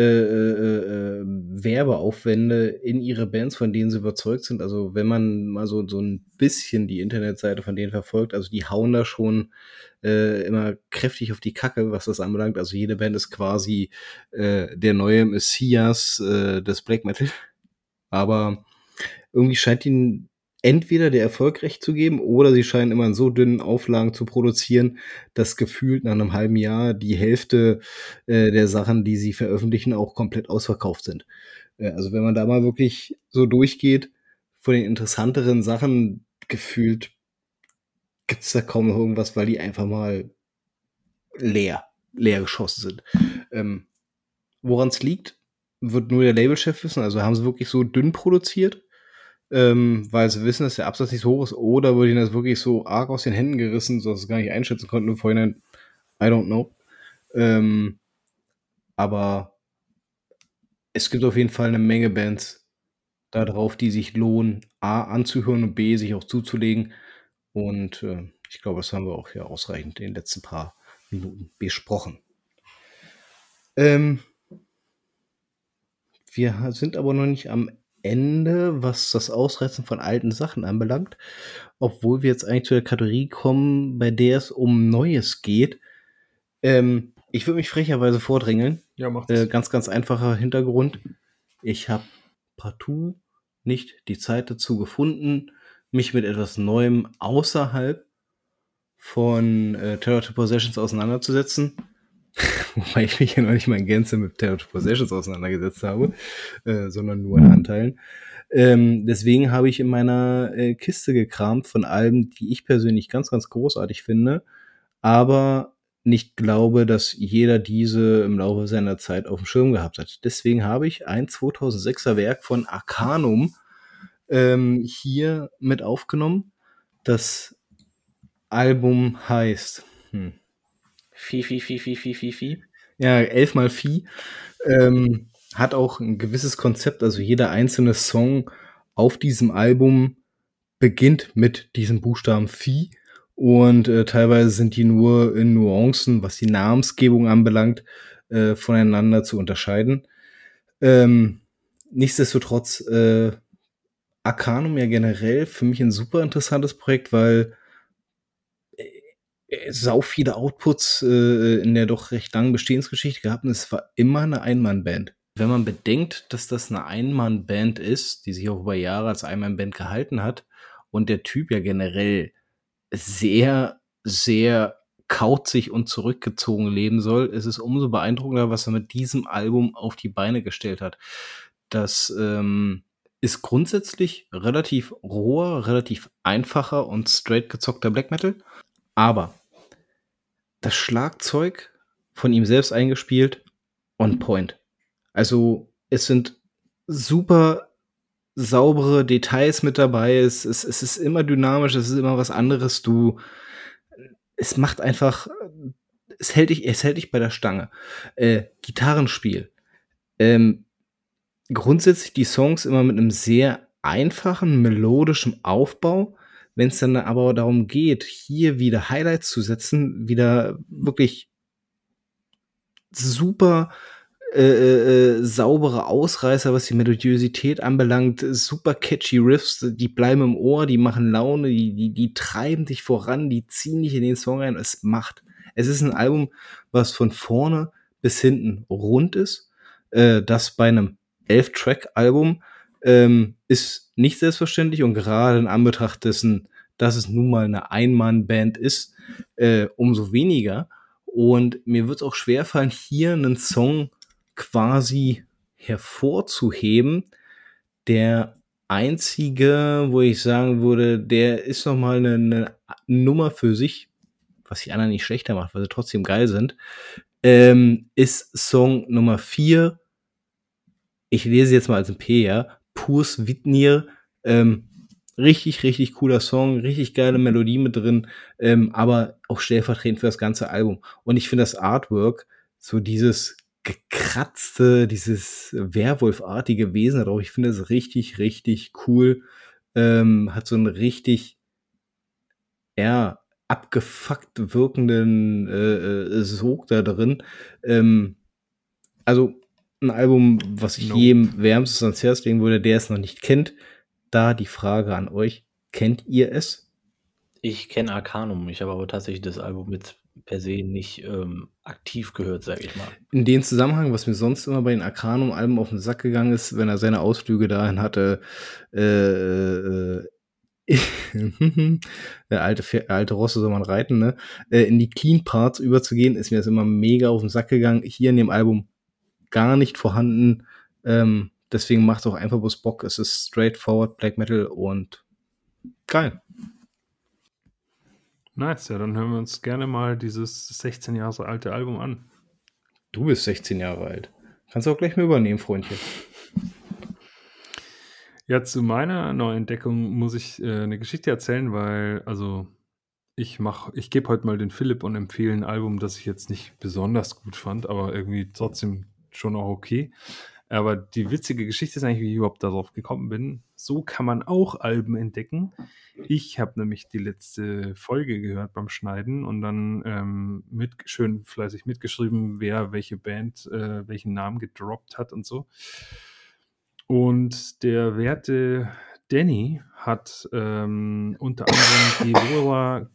Werbeaufwände in ihre Bands, von denen sie überzeugt sind. Also wenn man mal so ein bisschen die Internetseite von denen verfolgt, also die hauen da schon immer kräftig auf die Kacke, was das anbelangt. Also jede Band ist quasi der neue Messias des Black Metal. Aber irgendwie scheint ihnen entweder der Erfolg recht zu geben oder sie scheinen immer in so dünnen Auflagen zu produzieren, dass gefühlt nach einem halben Jahr die Hälfte der Sachen, die sie veröffentlichen, auch komplett ausverkauft sind. Also wenn man da mal wirklich so durchgeht, von den interessanteren Sachen gefühlt gibt's da kaum noch irgendwas, weil die einfach mal leer geschossen sind. Woran es liegt, wird nur der Labelchef wissen. Also haben sie wirklich so dünn produziert, weil sie wissen, dass der Absatz nicht so hoch ist, oder wurde ihnen das wirklich so arg aus den Händen gerissen, sodass sie es gar nicht einschätzen konnten im Vorhinein. I don't know. Aber es gibt auf jeden Fall eine Menge Bands da drauf, die sich lohnen, A anzuhören und B sich auch zuzulegen. Und ich glaube, das haben wir auch ja ausreichend in den letzten paar Minuten besprochen. Wir sind aber noch nicht am Ende, was das Ausreizen von alten Sachen anbelangt, obwohl wir jetzt eigentlich zu der Kategorie kommen, bei der es um Neues geht. Ich würde mich frecherweise vordrängeln. Ja, macht es. Ganz, ganz einfacher Hintergrund. Ich habe partout nicht die Zeit dazu gefunden, mich mit etwas Neuem außerhalb von Terror to Possessions auseinanderzusetzen. Wobei ich mich ja noch nicht mal in Gänze mit Terror to Possessions auseinandergesetzt habe, sondern nur in Anteilen. Deswegen habe ich in meiner Kiste gekramt von Alben, die ich persönlich ganz, ganz großartig finde, aber nicht glaube, dass jeder diese im Laufe seiner Zeit auf dem Schirm gehabt hat. Deswegen habe ich ein 2006er Werk von Arcanum hier mit aufgenommen. Das Album heißt Vieh. ja, 11 mal Vieh. Hat auch ein gewisses Konzept, also jeder einzelne Song auf diesem Album beginnt mit diesem Buchstaben Vieh und teilweise sind die nur in Nuancen, was die Namensgebung anbelangt, voneinander zu unterscheiden. Nichtsdestotrotz Arcanum ja generell für mich ein super interessantes Projekt, weil sau viele Outputs in der doch recht langen Bestehensgeschichte gehabt und es war immer eine Einmannband. Wenn man bedenkt, dass das eine Einmannband ist, die sich auch über Jahre als Einmannband gehalten hat und der Typ ja generell sehr, sehr kauzig und zurückgezogen leben soll, ist es umso beeindruckender, was er mit diesem Album auf die Beine gestellt hat. Das ist grundsätzlich relativ roher, relativ einfacher und straight gezockter Black Metal, aber das Schlagzeug von ihm selbst eingespielt, on point. Also es sind super saubere Details mit dabei. Es ist immer dynamisch, es ist immer was anderes. Es macht einfach, es hält dich bei der Stange. Gitarrenspiel. Grundsätzlich die Songs immer mit einem sehr einfachen, melodischen Aufbau. Wenn es dann aber darum geht, hier wieder Highlights zu setzen, wieder wirklich super saubere Ausreißer, was die Melodiosität anbelangt, super catchy Riffs, die bleiben im Ohr, die machen Laune, die treiben dich voran, die ziehen dich in den Song rein. Es ist ein Album, was von vorne bis hinten rund ist. Das bei einem 11-Track-Album ist nicht selbstverständlich und gerade in Anbetracht dessen, dass es nun mal eine Ein-Mann-Band ist, umso weniger. Und mir wird es auch schwerfallen, hier einen Song quasi hervorzuheben. Der einzige, wo ich sagen würde, der ist noch mal eine Nummer für sich, was die anderen nicht schlechter macht, weil sie trotzdem geil sind, ist Song Nummer 4. Ich lese jetzt mal als ein P, ja. Purs Vitnir. Richtig, richtig cooler Song, richtig geile Melodie mit drin, aber auch stellvertretend für das ganze Album. Und ich finde das Artwork, so dieses gekratzte, dieses Werwolfartige Wesen darauf, ich finde das richtig, richtig cool. Hat so einen richtig, ja, abgefuckt wirkenden Sog da drin. Also ein Album, was ich Nope. jedem wärmstens ans Herz legen würde, der es noch nicht kennt. Da die Frage an euch: Kennt ihr es? Ich kenne Arcanum, ich habe aber tatsächlich das Album jetzt per se nicht aktiv gehört, sage ich mal. In dem Zusammenhang, was mir sonst immer bei den Arcanum-Alben auf den Sack gegangen ist, wenn er seine Ausflüge dahin hatte, der alte Rosse soll man reiten, ne? In die Clean Parts überzugehen, ist mir das immer mega auf den Sack gegangen. Hier in dem Album gar nicht vorhanden. Deswegen macht es auch einfach bloß Bock. Es ist straightforward Black Metal und geil. Nice, ja, dann hören wir uns gerne mal dieses 16 Jahre alte Album an. Du bist 16 Jahre alt. Kannst du auch gleich mal übernehmen, Freundchen. Ja, zu meiner Neuentdeckung muss ich eine Geschichte erzählen, weil, also, ich gebe heute mal den Philipp und empfehle ein Album, das ich jetzt nicht besonders gut fand, aber irgendwie trotzdem schon auch okay. Aber die witzige Geschichte ist eigentlich, wie ich überhaupt darauf gekommen bin. So kann man auch Alben entdecken. Ich habe nämlich die letzte Folge gehört beim Schneiden und dann schön fleißig mitgeschrieben, wer welche Band welchen Namen gedroppt hat und so. Und der werte Danny hat unter anderem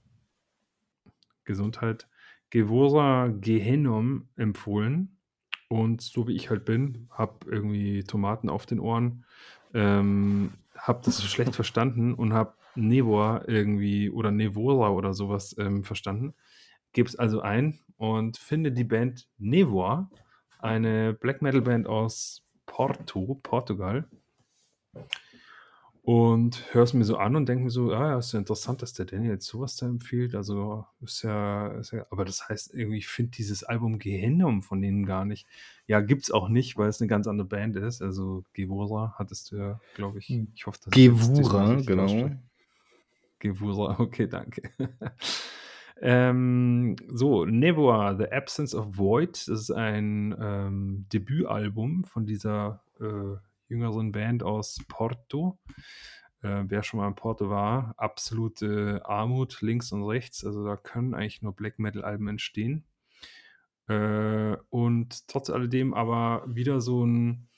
Gevora Gehenom empfohlen. Und so wie ich halt bin, habe irgendwie Tomaten auf den Ohren, habe das schlecht verstanden und habe Nevor irgendwie oder Nevora oder sowas verstanden. Gebe es also ein und finde die Band Nevor, eine Black Metal Band aus Portugal. Und höre es mir so an und denke mir so, ja, ist ja interessant, dass der Danny jetzt sowas da empfiehlt. Also ist ja, aber das heißt irgendwie, ich finde dieses Album Gehenom von denen gar nicht. Ja, gibt's auch nicht, weil es eine ganz andere Band ist. Also Gevura hattest du ja, glaube ich. Ich hoffe, dass ich jetzt diesmal Gevura, richtig genau. ausspreche. Gevura, okay, danke. So, Nevoa, The Absence of Void, das ist ein Debütalbum von dieser jüngeren Band aus Porto. Wer schon mal in Porto war, absolute Armut links und rechts, also da können eigentlich nur Black Metal-Alben entstehen. Und trotz alledem aber wieder so ein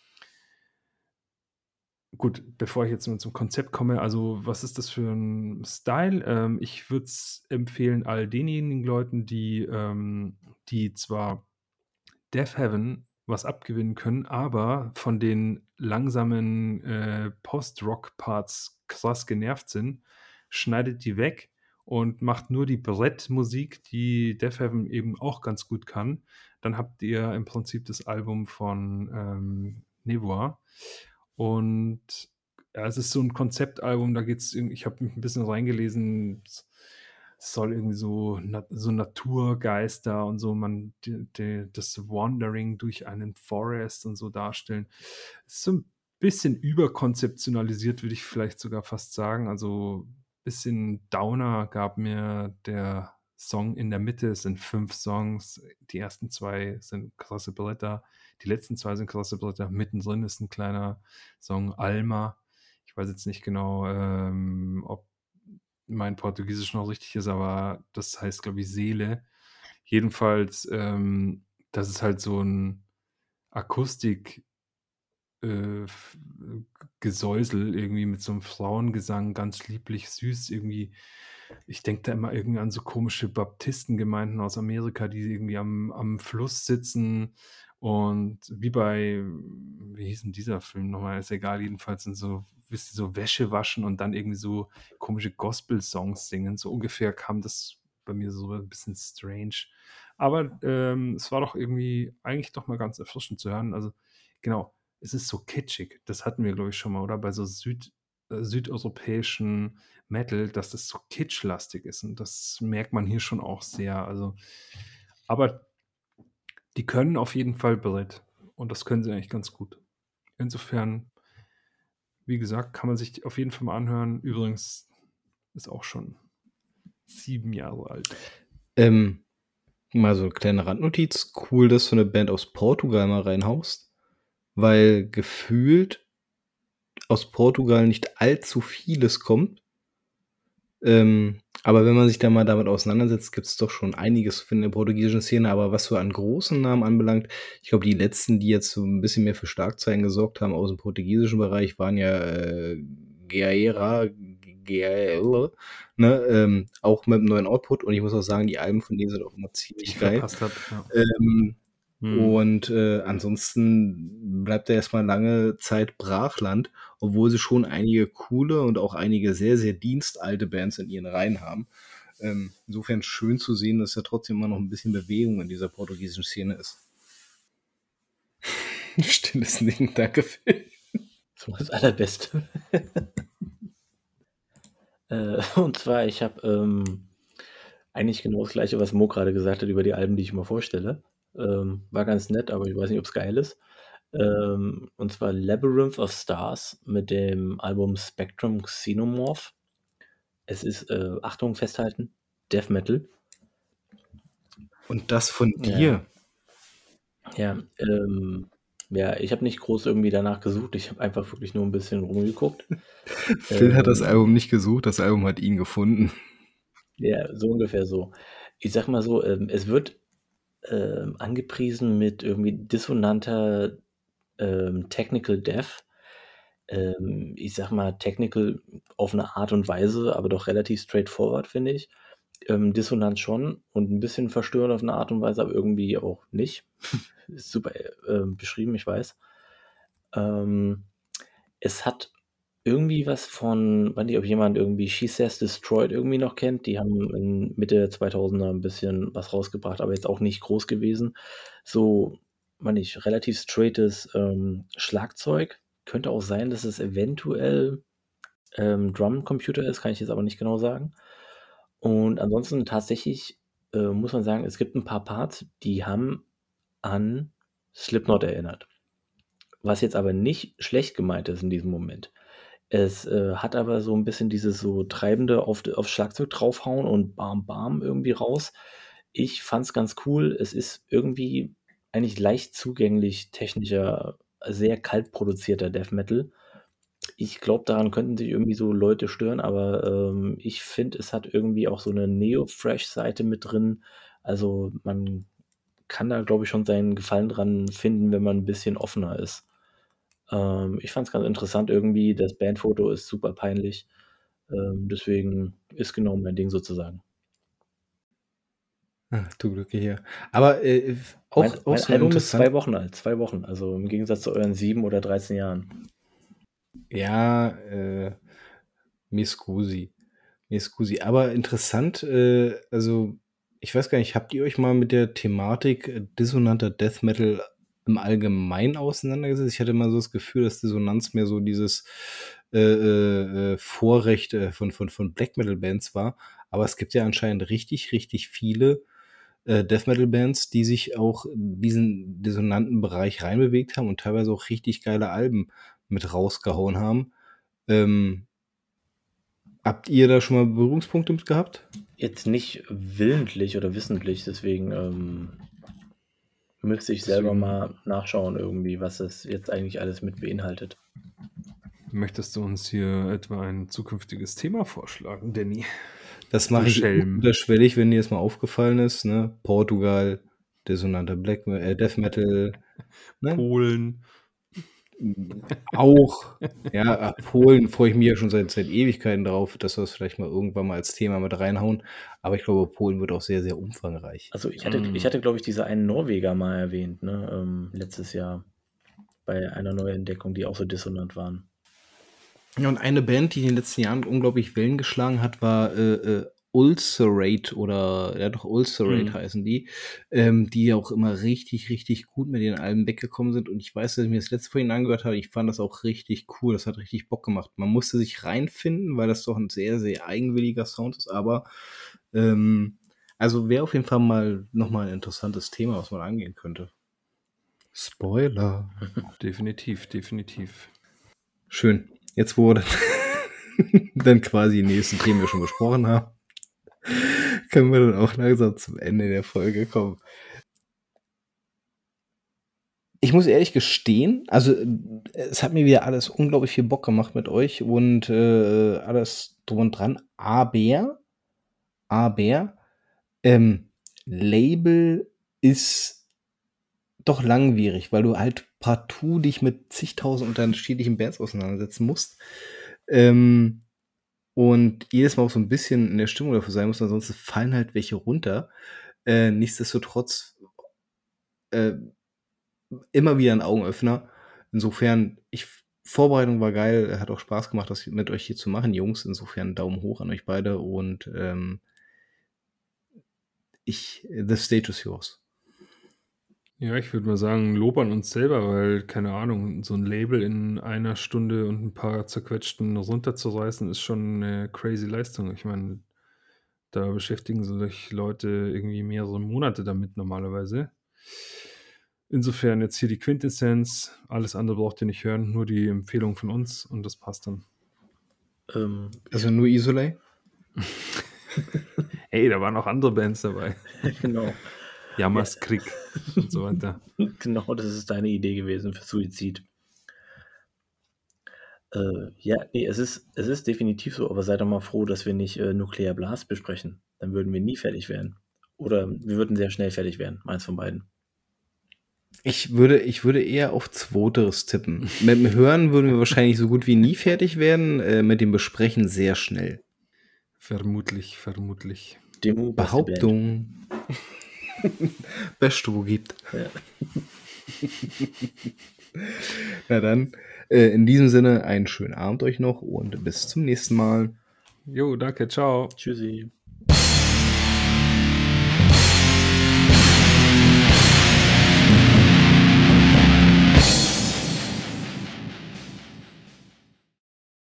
Gut, bevor ich jetzt mal zum Konzept komme, also was ist das für ein Style? Ich würde es empfehlen all denjenigen Leuten, die zwar Deathheaven was abgewinnen können, aber von den langsamen Post-Rock-Parts krass genervt sind, schneidet die weg und macht nur die Brettmusik, die Deathheaven eben auch ganz gut kann. Dann habt ihr im Prinzip das Album von Nevoa. Und ja, es ist so ein Konzeptalbum, da geht's ich habe mich ein bisschen reingelesen, es soll irgendwie so Naturgeister und so das Wandering durch einen Forest und so darstellen. Es ist so ein bisschen überkonzeptionalisiert, würde ich vielleicht sogar fast sagen. Also, ein bisschen Downer gab mir der Song in der Mitte. Es sind 5 Songs. Die ersten 2 sind krasse Bretter. Die letzten 2 sind krasse Bretter. Mittendrin ist ein kleiner Song, Alma. Ich weiß jetzt nicht genau, ob mein Portugiesisch noch richtig ist, aber das heißt, glaube ich, Seele. Jedenfalls, das ist halt so ein Akustik Gesäusel irgendwie mit so einem Frauengesang, ganz lieblich, süß irgendwie. Ich denke da immer irgendwie an so komische Baptistengemeinden aus Amerika, die irgendwie am Fluss sitzen Und wie hieß denn dieser Film nochmal? Ist egal, jedenfalls sind so, wisst ihr, so Wäsche waschen und dann irgendwie so komische Gospel-Songs singen. So ungefähr kam das bei mir so ein bisschen strange. Aber es war doch irgendwie eigentlich doch mal ganz erfrischend zu hören. Also genau, es ist so kitschig. Das hatten wir, glaube ich, schon mal, oder? Bei so südeuropäischen Metal, dass das so kitschlastig ist. Und das merkt man hier schon auch sehr. Also, aber die können auf jeden Fall Brett. Und das können sie eigentlich ganz gut. Insofern, wie gesagt, kann man sich auf jeden Fall mal anhören. Übrigens ist auch schon 7 Jahre alt. Mal so eine kleine Randnotiz. Cool, dass du eine Band aus Portugal mal reinhaust, weil gefühlt aus Portugal nicht allzu vieles kommt. Aber wenn man sich da mal damit auseinandersetzt, gibt es doch schon einiges in der portugiesischen Szene. Aber was so an großen Namen anbelangt, ich glaube, die letzten, die jetzt so ein bisschen mehr für Schlagzeilen gesorgt haben aus dem portugiesischen Bereich, waren ja Gaera, ne? Auch mit einem neuen Output. Und ich muss auch sagen, die Alben von denen sind auch immer Die ich ziemlich geil. verpasst habe. Ja. Und ansonsten bleibt er erstmal lange Zeit Brachland, obwohl sie schon einige coole und auch einige sehr, sehr dienstalte Bands in ihren Reihen haben. Insofern schön zu sehen, dass ja trotzdem immer noch ein bisschen Bewegung in dieser portugiesischen Szene ist. Stilles Nicken, danke, Phil. Das war das Allerbeste. Und zwar, ich habe eigentlich genau das Gleiche, was Mo gerade gesagt hat über die Alben, die ich immer vorstelle. War ganz nett, aber ich weiß nicht, ob es geil ist. Und zwar Labyrinth of Stars mit dem Album Spectrum Xenomorph. Es ist, Achtung, festhalten, Death Metal. Und das von dir? Ja, ich habe nicht groß irgendwie danach gesucht. Ich habe einfach wirklich nur ein bisschen rumgeguckt. Phil hat das Album nicht gesucht, das Album hat ihn gefunden. Ja, so ungefähr so. Ich sag mal so, es wird angepriesen mit irgendwie dissonanter Technical Death. Ich sag mal, technical auf eine Art und Weise, aber doch relativ straightforward, finde ich. Dissonant schon und ein bisschen verstörend auf eine Art und Weise, aber irgendwie auch nicht. Ist super beschrieben, ich weiß. Es hat irgendwie was von, weiß nicht, ob jemand irgendwie She Says Destroyed irgendwie noch kennt. Die haben in Mitte der 2000er ein bisschen was rausgebracht, aber jetzt auch nicht groß gewesen. So, weiß nicht, relativ straightes Schlagzeug. Könnte auch sein, dass es eventuell Drumcomputer ist, kann ich jetzt aber nicht genau sagen. Und ansonsten tatsächlich muss man sagen, es gibt ein paar Parts, die haben an Slipknot erinnert. Was jetzt aber nicht schlecht gemeint ist in diesem Moment. Es hat aber so ein bisschen dieses so treibende aufs Schlagzeug draufhauen und bam, bam irgendwie raus. Ich fand's ganz cool. Es ist irgendwie eigentlich leicht zugänglich, technischer, sehr kalt produzierter Death Metal. Ich glaube, daran könnten sich irgendwie so Leute stören, aber ich finde, es hat irgendwie auch so eine Neo-Thrash-Seite mit drin. Also, man kann da, glaube ich, schon seinen Gefallen dran finden, wenn man ein bisschen offener ist. Ich fand es ganz interessant irgendwie. Das Bandfoto ist super peinlich. Deswegen ist genau mein Ding sozusagen. Ach, du Glücke hier. Aber auch Mein so Album ist 2 interessant. Wochen alt, 2 Wochen, also im Gegensatz zu euren 7 oder 13 Jahren. Ja, mi scusi. Aber interessant, also ich weiß gar nicht, habt ihr euch mal mit der Thematik dissonanter Death Metal im Allgemeinen auseinandergesetzt? Ich hatte mal so das Gefühl, dass Dissonanz mehr so dieses Vorrecht von Black Metal Bands war. Aber es gibt ja anscheinend richtig, richtig viele Death Metal Bands, die sich auch in diesen dissonanten Bereich reinbewegt haben und teilweise auch richtig geile Alben mit rausgehauen haben. Habt ihr da schon mal Berührungspunkte mit gehabt? Jetzt nicht willentlich oder wissentlich, deswegen müsste ich selber mal nachschauen irgendwie, was das jetzt eigentlich alles mit beinhaltet. Möchtest du uns hier etwa ein zukünftiges Thema vorschlagen, Danny? Das mache ich unterschwellig, wenn dir das mal aufgefallen ist. Ne? Portugal, dissonanter Death Metal. Ne? Polen. Auch. Ja, Polen freue ich mich ja schon seit Ewigkeiten drauf, dass wir das vielleicht mal irgendwann mal als Thema mit reinhauen. Aber ich glaube, Polen wird auch sehr, sehr umfangreich. Also ich hatte, glaube ich, diese einen Norweger mal erwähnt, ne, letztes Jahr bei einer Neuentdeckung, die auch so dissonant waren. Ja, und eine Band, die in den letzten Jahren unglaublich Wellen geschlagen hat, war Ulcerate Ulcerate heißen die ja auch immer richtig, richtig gut mit den Alben weggekommen sind. Und ich weiß, dass ich mir das letzte von ihnen angehört habe, ich fand das auch richtig cool. Das hat richtig Bock gemacht. Man musste sich reinfinden, weil das doch ein sehr, sehr eigenwilliger Sound ist. Aber also wäre auf jeden Fall mal nochmal ein interessantes Thema, was man angehen könnte. Spoiler. Definitiv, definitiv. Schön. Jetzt wurde dann quasi die nächsten Themen wir schon besprochen haben, können wir dann auch langsam zum Ende der Folge kommen. Ich muss ehrlich gestehen, also es hat mir wieder alles unglaublich viel Bock gemacht mit euch und alles drum und dran, aber Label ist doch langwierig, weil du halt partout dich mit zigtausend unterschiedlichen Bands auseinandersetzen musst. Und jedes Mal auch so ein bisschen in der Stimmung dafür sein muss, ansonsten fallen halt welche runter. Nichtsdestotrotz immer wieder ein Augenöffner. Insofern, Vorbereitung war geil, hat auch Spaß gemacht, das mit euch hier zu machen, Jungs. Insofern Daumen hoch an euch beide und the stage is yours. Ja, ich würde mal sagen, Lob an uns selber, weil, keine Ahnung, so ein Label in einer Stunde und ein paar zerquetschten runterzureißen, ist schon eine crazy Leistung. Ich meine, da beschäftigen sich Leute irgendwie mehrere Monate damit normalerweise. Insofern jetzt hier die Quintessenz, alles andere braucht ihr nicht hören, nur die Empfehlung von uns und das passt dann. Also nur Isolé? Hey, da waren auch andere Bands dabei. Genau. Jammerskrieg und so weiter. Genau, das ist deine Idee gewesen für Suizid. Ja, nee, es ist definitiv so, aber sei doch mal froh, dass wir nicht Nuclear Blast besprechen. Dann würden wir nie fertig werden. Oder wir würden sehr schnell fertig werden. Eins von beiden. Ich würde eher auf Zweiteres tippen. Mit dem Hören würden wir wahrscheinlich so gut wie nie fertig werden, mit dem Besprechen sehr schnell. Vermutlich. Demo, beste Behauptung. Beste, wo gibt. Ja. Na dann, in diesem Sinne, einen schönen Abend euch noch und bis zum nächsten Mal. Jo, danke, ciao. Tschüssi.